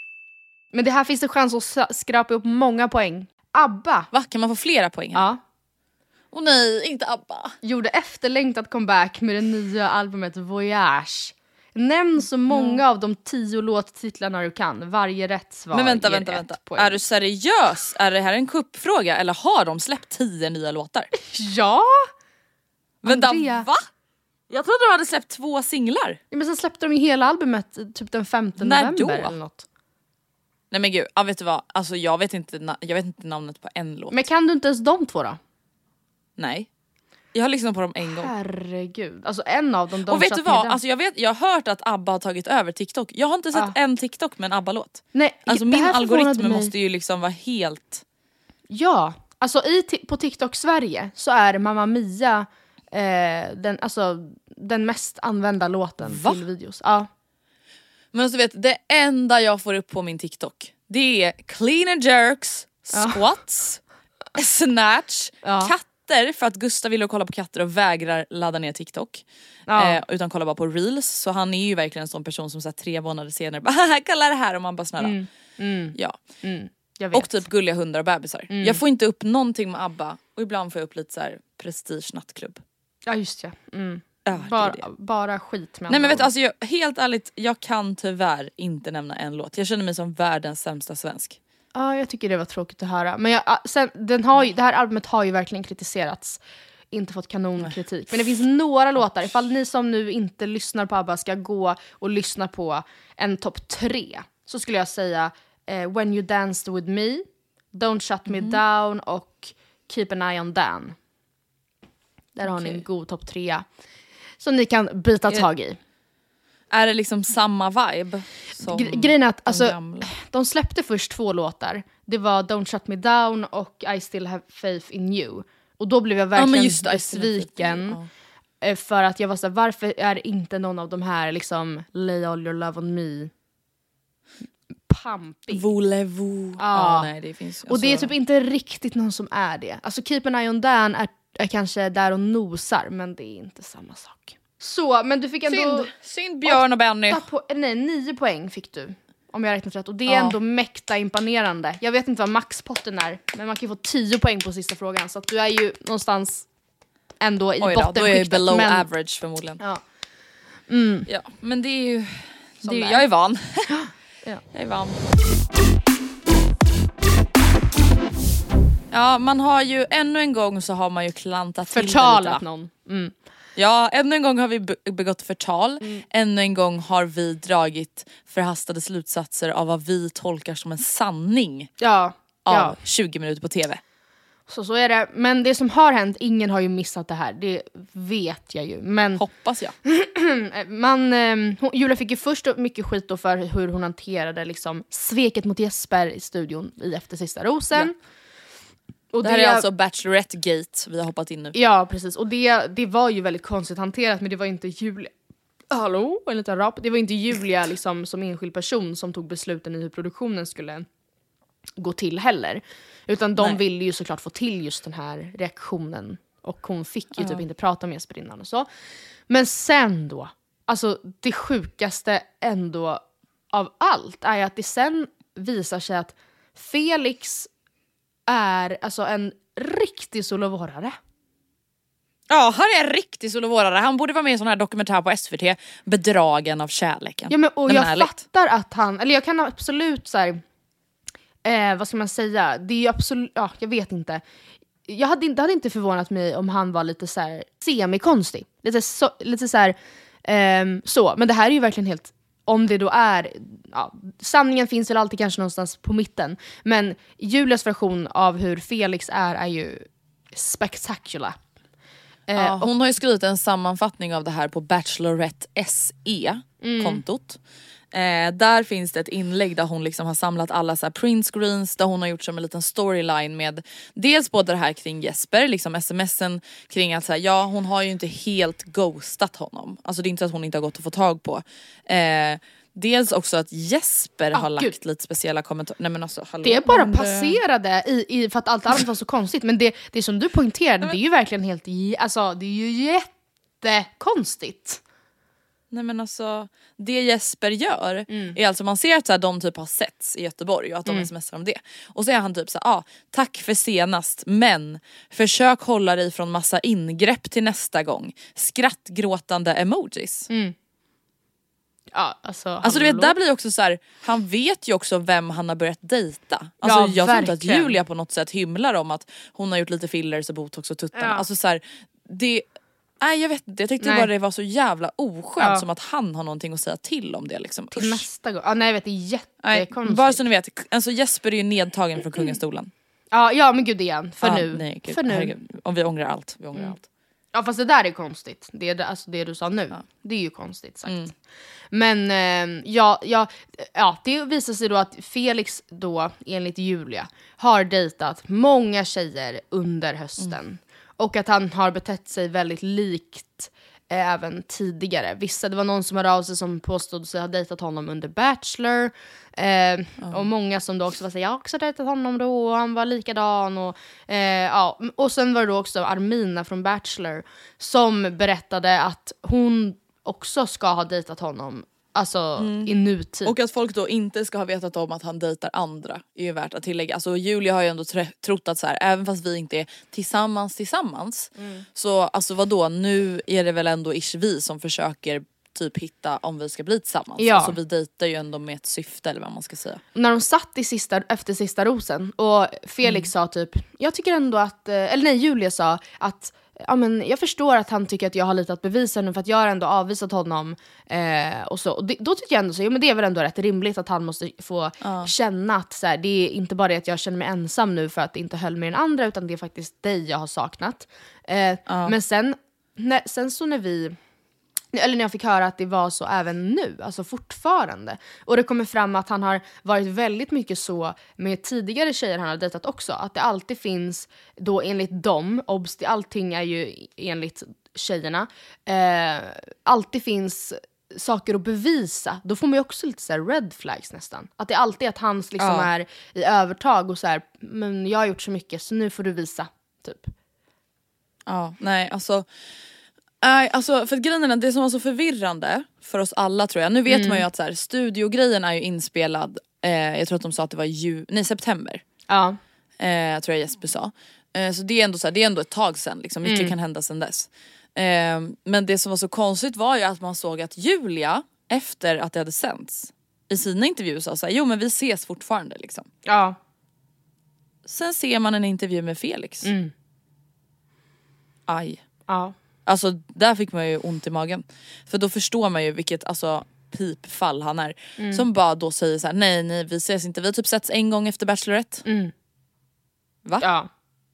Men det här finns det chans att sa- skrapa upp många poäng. ABBA, Va? Kan man få flera poäng här? ja, Åh nej, inte ABBA. gjorde efterlängtat comeback med det nya albumet Voyage. Nämn så många av de tio låttitlarna du kan. Varje rätt svar Men vänta, ger vänta, ett vänta. poäng. Är du seriös? Är det här en kuppfråga? Eller har de släppt tio nya låtar? Ja! Vänta, Andrea. va? Jag trodde de hade släppt två singlar. Ja, men sen släppte de ju hela albumet typ den femte När november då? eller något. Nej men gud, ja, vet du vad? Alltså jag vet, inte, na- jag vet inte namnet på en låt. Men kan du inte ens de två då? Nej. Jag har lyssnat på dem en gång. Herregud. Alltså en av dem, de Och vet satt du vad? med Alltså jag, vet, jag har hört att ABBA har tagit över TikTok. Jag har inte sett Ah. en TikTok med en ABBA-låt. Nej, Alltså det min här förvånade algoritm mig. måste ju liksom vara helt... Ja, alltså i ti- på TikTok Sverige så är Mamma Mia eh, den, alltså, den mest använda låten Va? till videos. Ja. Men du vet, det enda jag får upp på min TikTok, det är clean and jerks, squats, snatch, Ja. katter, för att Gustav vill kolla på katter och vägrar ladda ner TikTok. Ja. Eh, utan kollar bara på reels. Så han är ju verkligen en sån person som så här, tre månader senare bara kolla det här och man bara snälla. Mm, mm, Ja. mm, jag vet. Och typ gulliga hundar och bebisar. Mm. Jag får inte upp någonting med ABBA och ibland får jag upp lite så här prestige nattklubb. Ja just ja. Mm. Ja, det är Bara, det. bara skit med Nej men andra vet du, ord. alltså jag, helt ärligt, jag kan tyvärr inte nämna en låt. Jag känner mig som världens sämsta svensk. Ja, jag tycker det var tråkigt att höra. Men jag, ah, sen, den har ju, det här albumet har ju verkligen kritiserats. Inte fått kanonkritik. Men det finns några låtar. Ifall ni som nu inte lyssnar på ABBA ska gå och lyssna på en topp tre, så skulle jag säga eh, When You Danced With Me, Don't Shut Me Mm. Down och Keep an Eye on Dan. Där har ni Okej. en god topp trea som ni kan byta Är- tag i. Är det liksom samma vibe som Gre- grejen är att de alltså, gamla? de släppte först två låtar. Det var Don't Shut Me Down och I Still Have Faith in You. Och då blev jag Ja, verkligen men just det, I Still Have Faith in besviken. You, eh, För att jag var såhär, varför är inte någon av de här liksom Lay All Your Love On Me pampig? Voulez-vous. Ja. Ja, nej, det finns, Och det är alltså- typ inte riktigt någon som är det. Alltså Keep an Eye on Dan är, är kanske där och nosar, men det är inte samma sak. Så, men du fick ändå... Synd, synd Björn och Benny. åtta Po- nej, nio poäng fick du. Om jag räknat rätt. Och det är Ja. ändå mäkta imponerande. Jag vet inte vad maxpotten är. Men man kan ju få tio poäng på sista frågan. Så att du är ju någonstans ändå i Oj då, då är jag bottenskiktet. below men, average förmodligen. Ja. Ja, men det är ju... Det är, ju- det är. jag är van. Ja. Jag är van. Ja, man har ju ännu en gång så har man ju klantat till det lite, Förtalat va? någon. Mm. Ja, ännu en gång har vi be- begått förtal. Mm. Ännu en gång har vi dragit förhastade slutsatser av vad vi tolkar som en sanning Ja. av ja. tjugo minuter på tv. Så, så är det. Men det som har hänt, ingen har ju missat det här. Det vet jag ju. Men Hoppas jag. man, eh, hon, Julia fick ju först mycket skit då för hur hon hanterade liksom, sveket mot Jesper i studion i Efter sista rosen. Och Det här är alltså Bachelorette Gate vi har hoppat in nu. Ja, precis. Och det, det var ju väldigt konstigt hanterat, men det var inte Julia... Hallå? En liten rap. Det var inte Julia liksom, som enskild person som tog besluten i hur produktionen skulle gå till heller. Utan de Nej. ville ju såklart få till just den här reaktionen. Och hon fick ju Ja. typ inte prata med Jesper innan och så. Men sen då, alltså det sjukaste ändå av allt är att det sen visar sig att Felix är alltså en riktig solovårare. Ja, han är en riktig solovårare. Han borde vara med i en sån här dokumentär på S V T, Bedragen av kärleken. Ja, men, och Nej, men jag ärligt. fattar att han, eller jag kan absolut så här, eh, vad ska man säga, det är ju absolut, ja jag vet inte. Jag hade, inte- det hade inte förvånat mig om han var lite så här semikonstig. Lite så, lite så här, ehm, så. Men det här är ju verkligen helt, om det då är, ja, sanningen finns väl alltid kanske någonstans på mitten. Men Julias version av hur Felix är är ju spektakulär. Eh, Ja, och- hon har ju skrivit en sammanfattning av det här på Bachelorette S E-kontot. Eh, där finns det ett inlägg där hon liksom har samlat alla så här print screens, där hon har gjort som en liten storyline med dels både det här kring Jesper, liksom smsen kring att så här, ja hon har ju inte helt ghostat honom. Alltså det är inte att hon inte har gått att få tag på. Eh, dels också att Jesper Ah, har lagt gud. lite speciella kommentarer. Nej men alltså hallå, Det bara men det- passerade i, i, för att allt annat var så konstigt. Men det, det som du poängterade, det är ju verkligen helt, j- alltså det är ju jättekonstigt. Nej men alltså, det Jesper gör är alltså man ser att så här, de typ har setts i Göteborg och att de Mm. smsar om det. Och så är han typ så här, ah, tack för senast men försök hålla dig från massa ingrepp till nästa gång. Skrattgråtande emojis. Ja, alltså, Alltså du vet, hallå? där blir också så här, han vet ju också vem han har börjat dejta. Alltså Ja, jag tror inte att verkligen. Julia på något sätt hymlar om att hon har gjort lite fillers och botox och tuttarna. Ja. Alltså så här, det... Nej jag vet inte, jag tyckte Nej. bara det var så jävla oskönt Ja. som att han har någonting att säga till om det liksom. Till Usch. nästa gång. Ja, nej, jag vet, det är Nej, jättekonstigt. bara så ni vet, alltså Jesper är ju nedtagen från kungastolen. Ja, ja, men gud det är han. För Ja, nu. Nej, gud, för nu. herregud. Om vi ångrar allt, vi ångrar allt. Ja, fast det där är konstigt. Det, är det- alltså, det du sa nu, det är ju konstigt sagt. Mm. Men eh, ja, ja, ja, det visar sig då att Felix då, enligt Julia, har dejtat många tjejer under hösten. Mm. Och att han har betett sig väldigt likt eh, även tidigare. Vissa, det var någon som hörde av sig som påstod sig ha dejtat honom under Bachelor. Eh, Och många som då också var såhär, jag har också dejtat honom då och han var likadan. Och, eh, ja. och sen var det då också Armina från Bachelor som berättade att hon också ska ha dejtat honom. Alltså i nutid. Och att folk då inte ska ha vetat om att han dejtar andra är ju värt att tillägga. Alltså Julia har ju ändå trä- trott att så här, även fast vi inte är tillsammans tillsammans så alltså vadå, nu är det väl ändå ish vi som försöker typ hitta om vi ska bli tillsammans. Ja. Alltså vi dejtar ju ändå med ett syfte eller vad man ska säga. När de satt i sista, efter sista rosen och Felix sa typ, jag tycker ändå att, eh, eller nej Julia sa att ja, men jag förstår att han tycker att jag har lite att bevisa nu för att jag har ändå avvisat honom eh, och så. Och det, då tycker jag ändå så, jo, men det är väl ändå rätt rimligt att han måste få Ja. känna att så här, det är inte bara det att jag känner mig ensam nu för att det inte höll med den andra, utan det är faktiskt dig jag har saknat. Eh, Ja. Men sen, när, sen så när vi... Eller när jag fick höra att det var så även nu, alltså fortfarande. Och det kommer fram att han har varit väldigt mycket så med tidigare tjejer han har dejtat också. Att det alltid finns, då enligt dem, obs, det- allting är ju enligt tjejerna, eh, alltid finns saker att bevisa. Då får man ju också lite så här red flags nästan. Att det alltid är att hans liksom Ja. är i övertag och så här, men jag har gjort så mycket så nu får du visa, typ. Ja, nej alltså... Nej, alltså för att grejen är det som var så förvirrande för oss alla tror jag. Nu vet man ju att så här, studiogrejen är ju inspelad, eh, jag tror att de sa att det var ju, nej, september. Ja. Eh, tror jag Jesper sa. Eh, så det är ändå så här, det är ändå ett tag sedan liksom. Mycket kan hända sedan dess. Eh, men det som var så konstigt var ju att man såg att Julia, efter att det hade sänts, i sina intervjuer sa så här, jo men vi ses fortfarande liksom. Ja. Sen ser man en intervju med Felix. Mm. Aj. Ja. Alltså där fick man ju ont i magen. För då förstår man ju vilket alltså pipfall han är. Mm. Som bara då säger så här: nej nej vi ses inte. Vi har typ setts en gång efter Bachelorette. Mm. Va? Ja.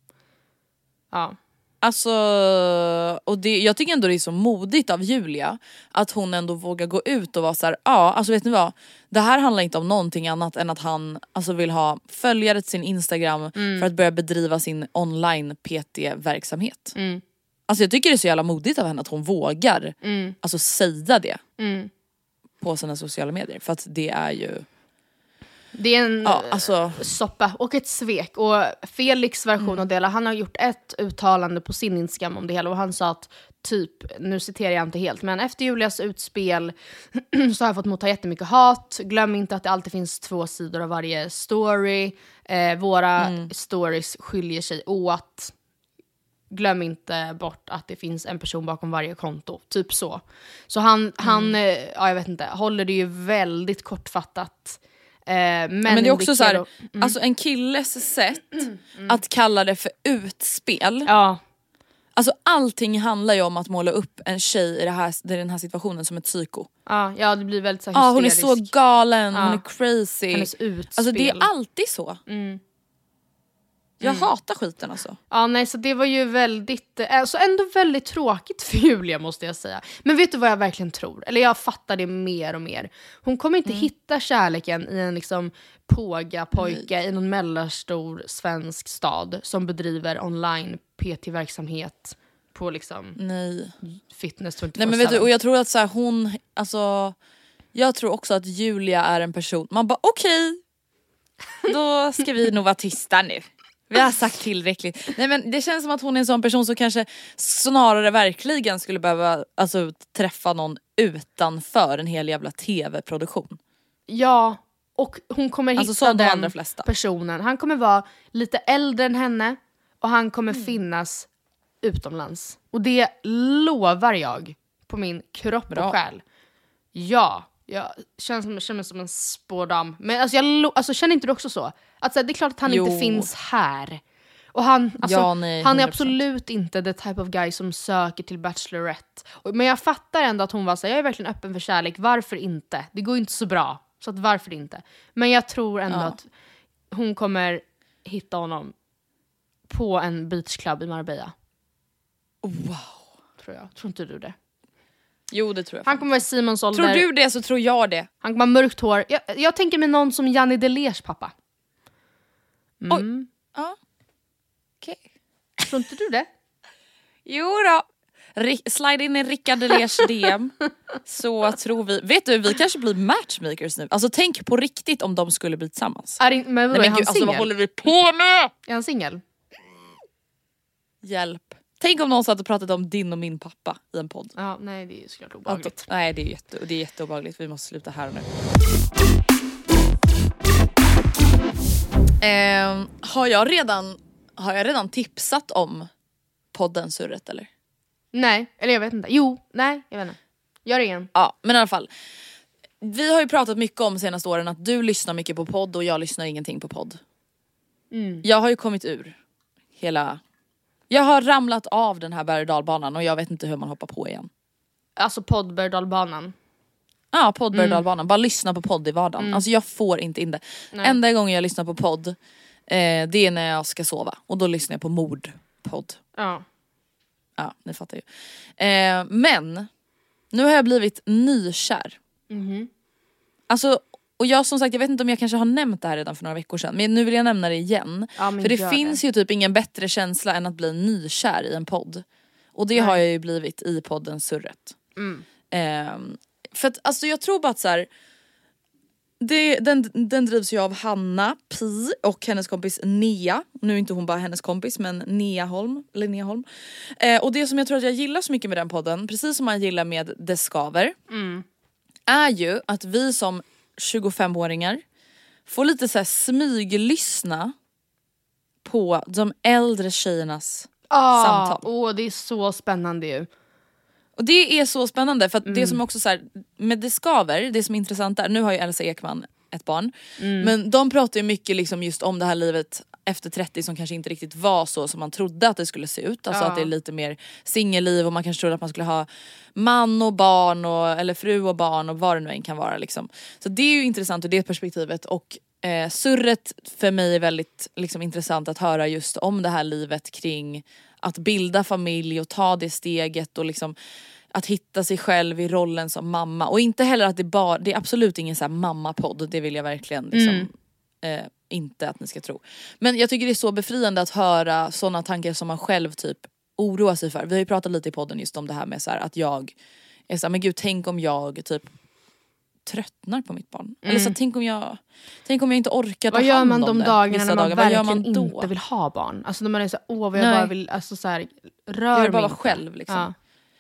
Ja. Alltså, och det, jag tycker ändå det är så modigt av Julia att hon ändå vågar gå ut och vara så här: ja, alltså vet ni vad? Det här handlar inte om någonting annat än att han alltså vill ha följare till sin Instagram för att börja bedriva sin online P T-verksamhet. Mm. Alltså jag tycker det är så jävla modigt av henne att hon vågar Mm. alltså säga det Mm. på sina sociala medier. För att det är ju... Det är en Ja, alltså... soppa och ett svek. Och Felix version Mm. av det hela, han har gjort ett uttalande på sin Instagram om det hela. Och han sa att typ, nu citerar jag inte helt, men efter Julias utspel så har jag fått motta jättemycket hat. Glöm inte att det alltid finns två sidor av varje story. Eh, våra Mm. stories skiljer sig åt. Glöm inte bort att det finns en person bakom varje konto. Typ så. Så han, han eh, ja jag vet inte, håller det ju väldigt kortfattat. Eh, men, Men det är också så här, mm. alltså en killes sätt att kalla det för utspel. Ja. Alltså allting handlar ju om att måla upp en tjej i, det här, i den här situationen som ett psyko. Ja, ja, det blir väldigt så här Ja, hon är hysterisk. så galen, Ja. hon är crazy. Hennes utspel. Alltså det är alltid så. Mm. Jag hatar skiten alltså. Ja, nej, så det var ju väldigt, alltså ändå väldigt tråkigt för Julia måste jag säga. Men vet du vad jag verkligen tror? Eller jag fattar det mer och mer. Hon kommer inte hitta kärleken i en liksom påga-pojke i någon mellanstor svensk stad som bedriver online P T-verksamhet på liksom Nej. fitness tjugofyra Nej men vet du, och sju. jag tror att så här, hon, alltså jag tror också att Julia är en person, man bara okej, då ska vi nog vara tysta nu. Vi har sagt tillräckligt. Nej men det känns som att hon är en sån person som kanske snarare verkligen skulle behöva alltså, träffa någon utanför en hel jävla tv-produktion. Ja, och hon kommer hitta Alltså som de den allra flesta. personen. Han kommer vara lite äldre än henne och han kommer Mm. finnas utomlands. Och det lovar jag på min kropp Bra. och själ. Ja, jag känner, som, känner mig som en spårdam. Men alltså, jag lo- alltså, känner inte du också så? Att så här, det är klart att han Jo. inte finns här. Och han, alltså, Ja, nej, han är hundra procent. absolut inte the type of guy som söker till Bachelorette. Och- Men jag fattar ändå att hon var så här, jag är verkligen öppen för kärlek, varför inte? Det går ju inte så bra, så att varför inte? Men jag tror ändå Ja. att hon kommer hitta honom på en beachclub i Marbella. Wow. Tror jag. Tror inte du det? Jo det tror jag. Han kommer vara i Simons ålder. Tror du det så tror jag det. Han kommer ha mörkt hår. Jag, jag tänker mig någon som Janni Delers pappa. Mm. Ja. Okej. Tror inte du det? Jo då. Ri- slide in i Rickard Delers D M. Så tror vi. Vet du, vi kanske blir matchmakers nu. Alltså tänk på riktigt om de skulle bli tillsammans. Är, in- men vadå, Nej är men han gud, alltså vad singel? håller vi på med? Är han singel? Hjälp. Tänk om någon satt och pratade om din och min pappa i en podd. Ja, nej det är ju såklart obehagligt. Nej det är, jätte, det är jätteobehagligt. Vi måste sluta här och nu. Ehm, har, jag redan, har jag redan tipsat om podden Surret eller? Nej, eller jag vet inte. Jo, nej, jag vet inte. Gör det igen. Ja, men i alla fall. Vi har ju pratat mycket om senaste åren att du lyssnar mycket på podd och jag lyssnar ingenting på podd. Mm. Jag har ju kommit ur hela Jag har ramlat av den här berg- och dalbanan och jag vet inte hur man hoppar på igen. Alltså podd berg- och dalbanan. Ja, podd berg- och dalbanan. Bara lyssna på podd i vardagen. Mm. Alltså jag får inte in det. Nej. Enda gången jag lyssnar på podd, eh, det är när jag ska sova. Och då lyssnar jag på mordpodd. Ja. Ja, ni fattar ju. Eh, men nu har jag blivit nykär. Mm-hmm. Alltså, och jag som sagt, jag vet inte om jag kanske har nämnt det här redan för några veckor sedan. Men nu vill jag nämna det igen. Ja, för det finns det. ju typ ingen bättre känsla än att bli nykär i en podd. Och det Nej. har jag ju blivit i podden Surret. Mm. Eh, för att alltså jag tror bara att så här, det, den, den drivs ju av Hanna Pi och hennes kompis Nea. Nu är inte hon bara hennes kompis, men Nea Holm, Linnea Holm. Eh, och det som jag tror att jag gillar så mycket med den podden, precis som man gillar med Det Skaver, mm. är ju att vi som tjugofemåringar får lite så här smyglyssna på de äldre tjejernas ah, samtal. Åh, det är så spännande ju. Och det är så spännande för att Mm. det som också så här, med Det Skaver, det som är intressant där, nu har ju Elsa Ekman ett barn, Mm. men de pratar ju mycket liksom just om det här livet efter trettio som kanske inte riktigt var så som man trodde att det skulle se ut. Alltså Ja. att det är lite mer singelliv och man kanske trodde att man skulle ha man och barn och, eller fru och barn och vad det nu än kan vara liksom. Så det är ju intressant ur det perspektivet och eh, surret för mig är väldigt liksom, intressant att höra just om det här livet kring att bilda familj och ta det steget och liksom att hitta sig själv i rollen som mamma. Och inte heller att det bara, det är absolut ingen så här mammapodd, det vill jag verkligen liksom, Mm. eh, inte att ni ska tro. Men jag tycker det är så befriande att höra sådana tankar som man själv typ oroar sig för. Vi har ju pratat lite i podden just om det här med så här, att jag är så här, men gud, tänk om jag typ tröttnar på mitt barn. Mm. Eller så tänk om jag tänk om jag inte orkar ta Vad gör hand man om de det dagarna när man dagar. Vad gör verkligen man då? inte vill ha barn? Alltså när man är så åh vad jag Nej. bara vill, alltså så här, rör Jag vill bara mig vara inte. själv liksom. Ja.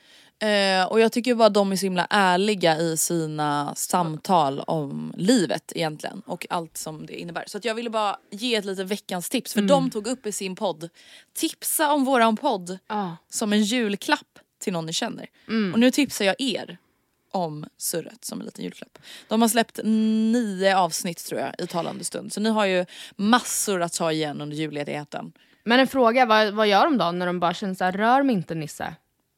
Eh, och jag tycker bara de är så himla ärliga i sina samtal om livet egentligen och allt som det innebär. Så att jag ville bara ge ett litet veckans tips för Mm. de tog upp i sin podd, tipsa om våran podd Ja. som en julklapp till någon ni känner. Mm. Och nu tipsar jag er om Surret som en liten julklapp. De har släppt nio avsnitt tror jag i talande stund. Så ni har ju massor att ta igen under julledigheten. Men en fråga, vad, vad gör de då när de bara känner så här, rör mig inte Nisse?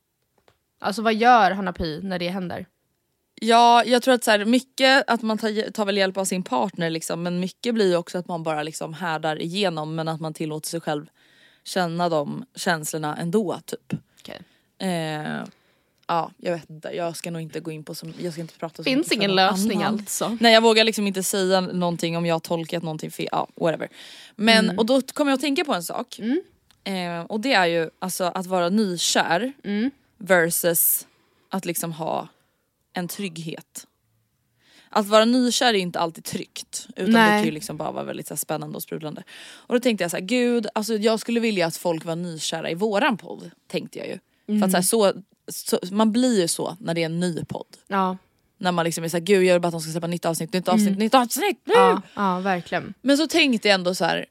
Alltså vad gör Hanna Pi när det händer? Ja, jag tror att så här, mycket att man tar, tar väl hjälp av sin partner liksom, men mycket blir ju också att man bara liksom härdar igenom men att man tillåter sig själv känna de känslorna ändå typ. Okay. Eh, ja, jag vet inte. Jag ska nog inte gå in på som jag ska inte prata så Finns mycket ingen för lösning annan. alltså. Nej, jag vågar liksom inte säga någonting om jag har tolkat någonting fel. Ja, whatever. Men Mm. och då kommer jag att tänka på en sak. Mm. Eh, och det är ju alltså att vara nykär Mm. versus att liksom ha en trygghet. Att vara nykär är inte alltid tryggt. Utan Nej. det kan ju liksom bara vara väldigt så här, spännande och sprudlande. Och då tänkte jag så här, gud, alltså jag skulle vilja att folk var nykära i våran podd. Tänkte jag ju. Mm. För att så, här, så, så man blir ju så när det är en ny podd. Ja. När man liksom är såhär, gud jag vill bara att de ska släppa nytt avsnitt, nytt avsnitt, Mm. nytt avsnitt. Ja, ja, verkligen. Men så tänkte jag ändå så här,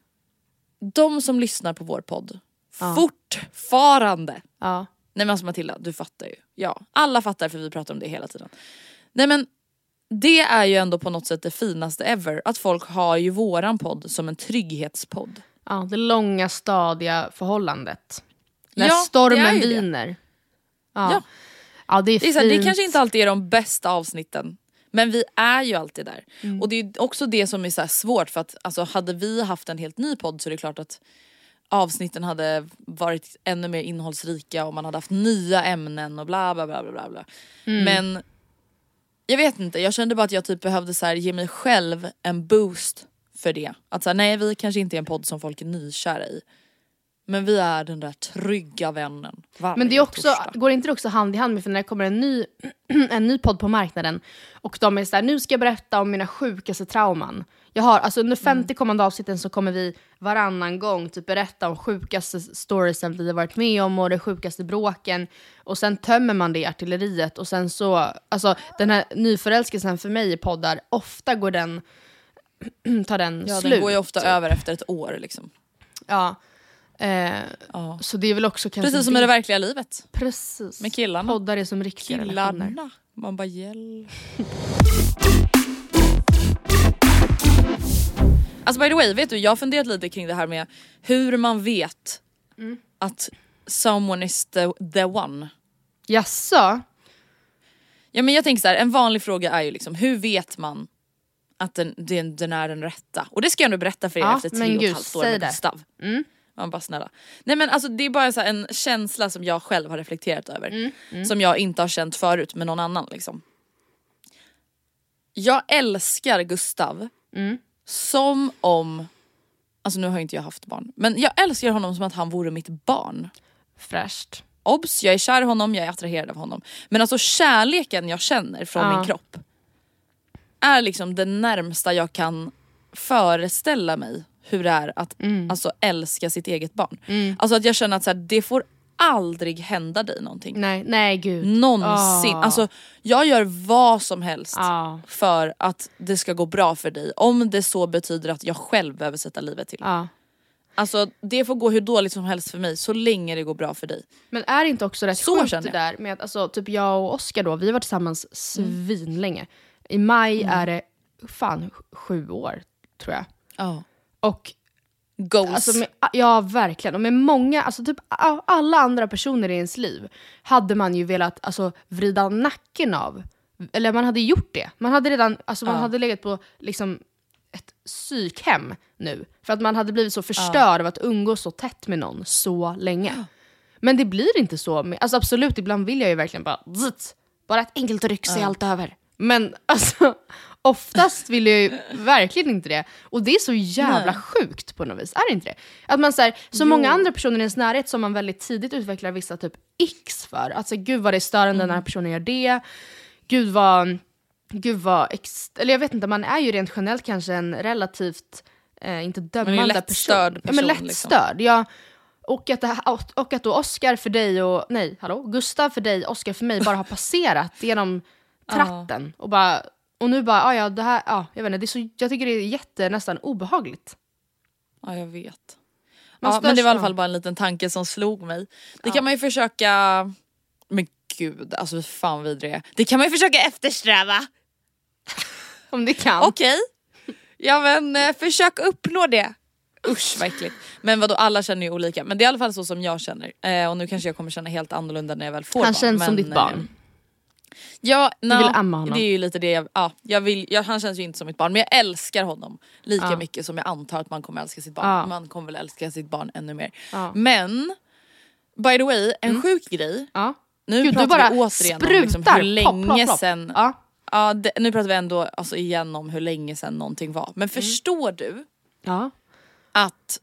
de som lyssnar på vår podd, Ja. fortfarande. Ja. Nej men alltså Matilda, du fattar ju. Ja, alla fattar för vi pratar om det hela tiden. Nej men det är ju ändå på något sätt det finaste ever. Att folk har ju våran podd som en trygghetspodd. Ja, det långa stadiga förhållandet. När Ja, det är stormen ju det. viner. Ja. Ja. Ja, det är, Det, är så här, det fint. kanske inte alltid är de bästa avsnitten. Men vi är ju alltid där. Mm. Och det är också det som är så här svårt. För att alltså, hade vi haft en helt ny podd så är det klart att avsnitten hade varit ännu mer innehållsrika. Och man hade haft nya ämnen och bla bla bla bla bla. Mm. Men jag vet inte, jag kände bara att jag typ behövde så här, ge mig själv en boost för det. Att så här, nej vi kanske inte är en podd som folk är nykära i. Men vi är den där trygga vännen. Men det är också, torsdag. går inte det också hand i hand med, för när det kommer en ny, en ny podd på marknaden och de är så här, nu ska jag berätta om mina sjukaste trauman. Jag har, alltså under femtio kommande avsnitten så kommer vi varannan gång typ berätta om sjukaste storiesen vi har varit med om och de sjukaste bråken. Och sen tömmer man det i artilleriet och sen så, alltså den här nyförälskelsen för mig i poddar, ofta går den, tar den Ja, slut. den går ju ofta typ. över efter ett år liksom. Ja. Eh, Ja. Så det är väl också kanske... Precis som i det verkliga livet. Precis. Med killarna. Poddar är som riktiga relationer. Killarna. Man bara hjälp. Alltså by the way, vet du, jag har funderat lite kring det här med hur man vet Mm. att someone is the, the one. Jaså? Ja, men jag tänker så här, en vanlig fråga är ju liksom, hur vet man att den, den, den är den rätta? Och det ska jag nu berätta för er Ja, efter tre men och ett gud, halvt år säg med det. Gustav. Mm. Man bara snälla. Nej men alltså det är bara så här en känsla som jag själv har reflekterat över. Mm. Mm. Som jag inte har känt förut med någon annan liksom. Jag älskar Gustav Mm. som om, alltså nu har inte jag haft barn, men jag älskar honom som att han vore mitt barn. Fräscht. Obs, jag är kär i honom, jag är attraherad av honom. Men alltså kärleken jag känner från Ja. min kropp är liksom det närmsta jag kan föreställa mig hur det är att Mm. alltså, älska sitt eget barn. Mm. Alltså att jag känner att så här, det får aldrig hända dig någonting. Nej, nej gud. Någonsin. Ah. Alltså jag gör vad som helst Ja. för att det ska gå bra för dig. Om det så betyder att jag själv behöver sätta livet till. Ja. Alltså det får gå hur dåligt som helst för mig så länge det går bra för dig. Men är det inte också rätt Så sjukt känner det jag. där med att alltså, typ jag och Oskar då, vi var tillsammans svinlänge. I maj Mm. är det fan sju år tror jag. Ja. Och Goals. alltså med, ja verkligen, och med många, alltså typ a- alla andra personer i ens liv hade man ju velat alltså vrida nacken av. Eller man hade gjort det. Man hade redan, alltså man Ja. hade legat på liksom ett psykhem nu. För att man hade blivit så förstörd av att umgås så tätt med någon så länge. Men det blir inte så. Med, alltså absolut, ibland vill jag ju verkligen bara zzzt, bara ett enkelt ryck så är allt över. Men alltså oftast vill jag ju verkligen inte det. Och det är så jävla Nej. sjukt på något vis. Är det inte det? Att man så, här, så många andra personer i ens närhet som man väldigt tidigt utvecklar vissa typ x för. Alltså gud vad det är störande när den här personen gör det. Gud vad... Gud vad ex- eller jag vet inte, man är ju rent generellt kanske en relativt eh, inte dömande person. lättstörd Ja, men person, lättstörd. Ja. Och att, det här, och att då Oscar för dig och, nej, hallå, Gustav för dig, Oscar för mig bara har passerat genom tratten och bara, och nu bara, ah, ja det här, ja, jag vet inte, det är så, jag tycker det är jätte, nästan obehagligt. Ja, jag vet. Man Ja, störs men det var i alla av. fall bara en liten tanke som slog mig. Det kan man ju försöka... Men gud, alltså hur fan vidrig det är. Det kan man ju försöka eftersträva. Om det kan. Okej. Ja men eh, försök uppnå det. Usch vad äckligt. Men vadå, alla känner ju olika. Men det är i alla fall så som jag känner. Eh, och nu kanske jag kommer känna helt annorlunda när jag väl får Han barn. känns men, som ditt barn. Eh, ja, Du no, vill amma honom. det är ju lite det jag, ja, jag vill, jag, han känns ju inte som mitt barn. Men jag älskar honom lika Ja. mycket som jag antar att man kommer älska sitt barn. Ja. Man kommer väl älska sitt barn ännu mer. Ja. Men, by the way, en sjuk grej. Ja. Nu Gud, du pratar bara vi återigen om sprutar. liksom hur länge Plopp, plopp, plopp. sen Ja. ja, det, nu pratar vi ändå alltså, igen om hur länge sen någonting var. Men förstår du Ja. att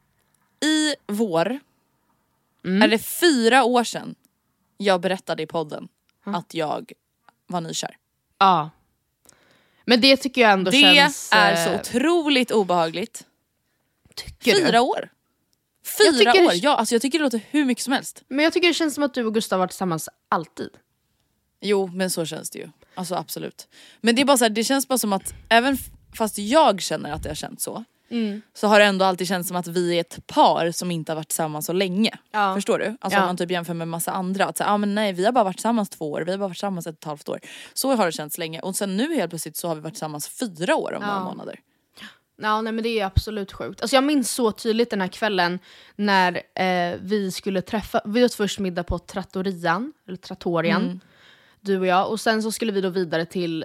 i vår Mm. är det fyra år sedan jag berättade i podden att jag var nykär. Ja. Men det tycker jag ändå Det känns... är eh, så otroligt obehagligt. tycker du? Fyra år. Jag Fyra tycker år, det- ja alltså jag tycker det låter hur mycket som helst. Men jag tycker det känns som att du och Gustav var tillsammans alltid. Jo men så känns det ju. Alltså absolut. Men det är bara så här, det känns bara som att även f- fast jag känner att det har känts så. Mm. Så har det ändå alltid känts som att vi är ett par som inte har varit tillsammans så länge. Ja. Förstår du? Alltså Ja. om man typ jämför med massa andra. Att säga, ah, men nej vi har bara varit tillsammans två år, vi har bara varit tillsammans ett och ett halvt år. Så har det känts länge. Och sen nu helt plötsligt så har vi varit tillsammans fyra år om Ja. några månader. Ja, nej men det är absolut sjukt. Alltså jag minns så tydligt den här kvällen när eh, vi skulle träffa, vi åt först middag på Trattorian, eller Trattorian, Mm. du och jag. Och sen så skulle vi då vidare till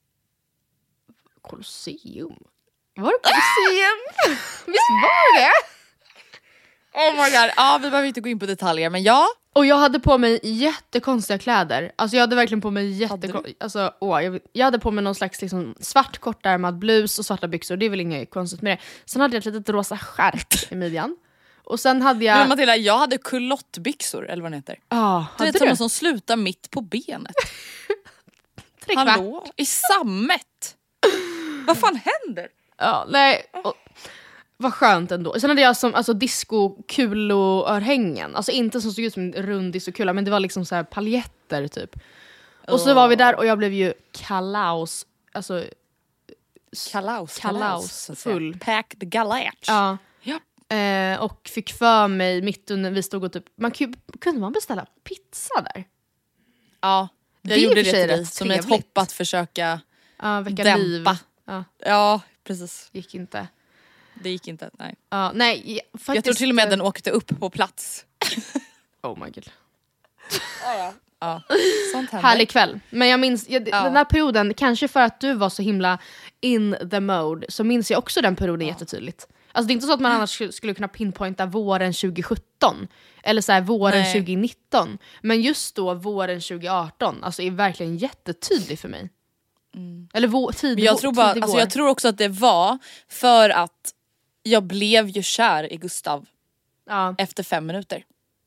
Colosseum. Var det Colosseum? Visst var det? Oh my god, ja vi behöver inte gå in på detaljer men ja. Och jag hade på mig jättekonstiga kläder. Alltså jag hade verkligen på mig Hade jättekonstiga... Alltså, åh, jag, jag hade på mig någon slags liksom, svart kortärmad blus och svarta byxor. Det är väl inget konstigt med det. Sen hade jag ett litet rosa skärp i midjan. Och sen hade jag... Men Matilda, jag hade kulottbyxor eller vad det heter. Ja, Du hade vet sådana som slutar mitt på benet. Trekvart. Hallå? I sammet? Vad fan händer? Ja, nej. Och, vad skönt ändå. Sen hade jag som alltså, disco-kuloörhängen. Alltså inte som såg ut som en rund disco-kula, men det var liksom så här paljetter typ. Och så var vi där och jag blev ju kalaus. Alltså, Kalaus. Kalaus, så att säga. full. Pack the galach. ja. Ja. Eh, och fick för mig mitt under, vi stod och typ, man kunde, kunde man beställa pizza där? Ja, Det jag är i och gjorde för det sig till dig rätt som ett trevligt. hopp att försöka Ja, väcka dämpa. liv. Ja, Ja, precis. gick inte. Det gick inte, nej. Ja, nej, faktiskt, Jag tror till och med den åkte upp på plats. Oh my god. Ja, sånt händer. Härlig kväll. Men jag minns jag, Ja. den här perioden, kanske för att du var så himla in the mode, så minns jag också den perioden jättetydligt. Alltså det är inte så att man annars skulle, skulle kunna pinpointa våren tjugo sjutton eller så här våren Nej. tjugo nitton. Men just då våren tjugo arton, alltså är verkligen jättetydlig för mig. Mm. Eller vår, tid, Men jag, tror bara, tidig alltså vår. jag tror också att det var för att jag blev ju kär i Gustav Ja, efter fem minuter.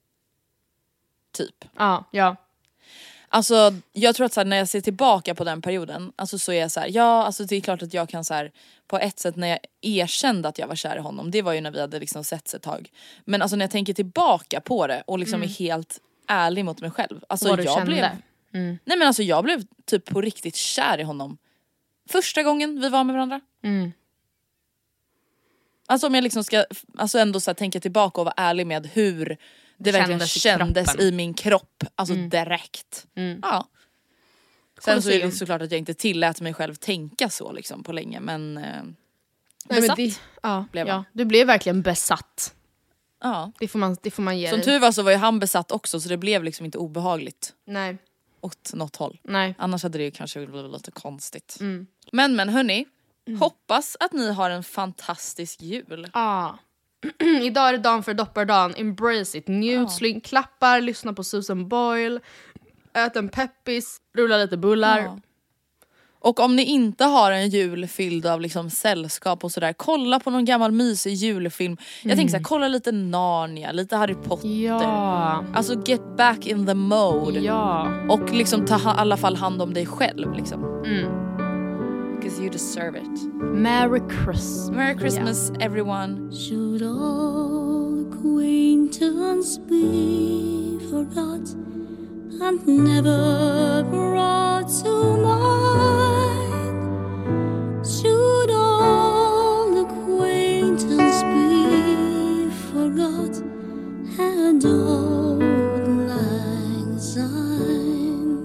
Typ. ja, ja. Alltså jag tror att så här, när jag ser tillbaka på den perioden, alltså så är jag så här, ja alltså det är klart att jag kan så här, på ett sätt när jag erkände att jag var kär i honom, det var ju när vi hade liksom setts ett tag. Men alltså när jag tänker tillbaka på det och liksom är helt ärlig mot mig själv. Alltså Vad du jag kände. blev Nej men alltså jag blev typ på riktigt kär i honom första gången vi var med varandra. Mm. Alltså om jag liksom ska alltså ändå så här, tänka tillbaka och vara ärlig med hur det verkligen Kändes i kändes kroppen. i min kropp. Alltså direkt. Mm. Ja. Sen så är det Kolosseum. såklart att jag inte tillät mig själv tänka så liksom på länge. Men, eh, Nej, besatt. men det, ja, blev ja, han. du blev verkligen besatt. Ja. Det får man, det får man ge Som dig. tur var så var ju han besatt också, så det blev liksom inte obehagligt Nej, åt något håll. nej. Annars hade det ju kanske blivit lite konstigt. Mm. Men men hörni, hoppas att ni har en fantastisk jul. Ah. Idag är det dagen för doppardagen. Embrace it. Njut, sling klappar, lyssna på Susan Boyle, ät en peppis, rulla lite bullar. Ja. Och om ni inte har en jul fylld av liksom sällskap och sådär, kolla på någon gammal mysig julfilm. Jag tänker såhär, kolla lite Narnia, lite Harry Potter. Ja. Alltså get back in the mode. Ja. Och liksom ta ha- i alla fall hand om dig själv liksom. Mm. Because you deserve it. Merry Christmas. Merry Christmas everyone. Should all acquaintance be forgot and never brought to mind? Should all acquaintance be forgot and old lang syne?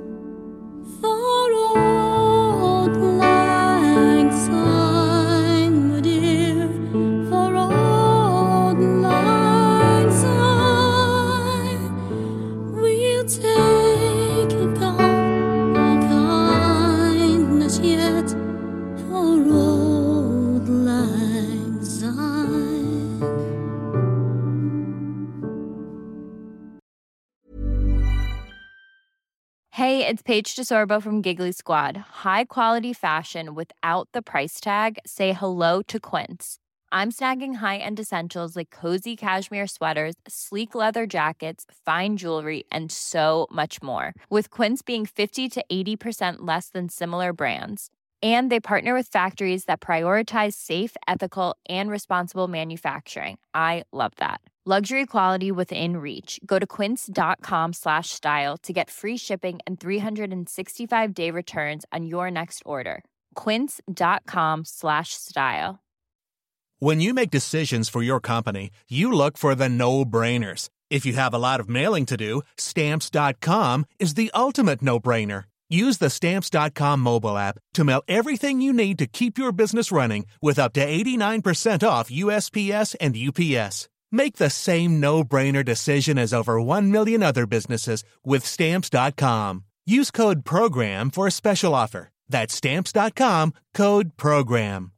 For old lang syne, my dear, for old lang syne, we'll take account of kindness yet for old lang syne. Hey, it's Paige DeSorbo from Giggly Squad. High quality fashion without the price tag. Say hello to Quince. I'm snagging high-end essentials like cozy cashmere sweaters, sleek leather jackets, fine jewelry, and so much more. With Quince being fifty to eighty percent less than similar brands. And they partner with factories that prioritize safe, ethical, and responsible manufacturing. I love that. Luxury quality within reach. Go to quince.com slash style to get free shipping and three sixty-five day returns on your next order. Quince.com slash style. When you make decisions for your company, you look for the no-brainers. If you have a lot of mailing to do, Stamps dot com is the ultimate no-brainer. Use the Stamps dot com mobile app to mail everything you need to keep your business running with up to eighty-nine percent off U S P S and U P S. Make the same no-brainer decision as over one million other businesses with Stamps dot com. Use code PROGRAM for a special offer. That's Stamps dot com, code PROGRAM.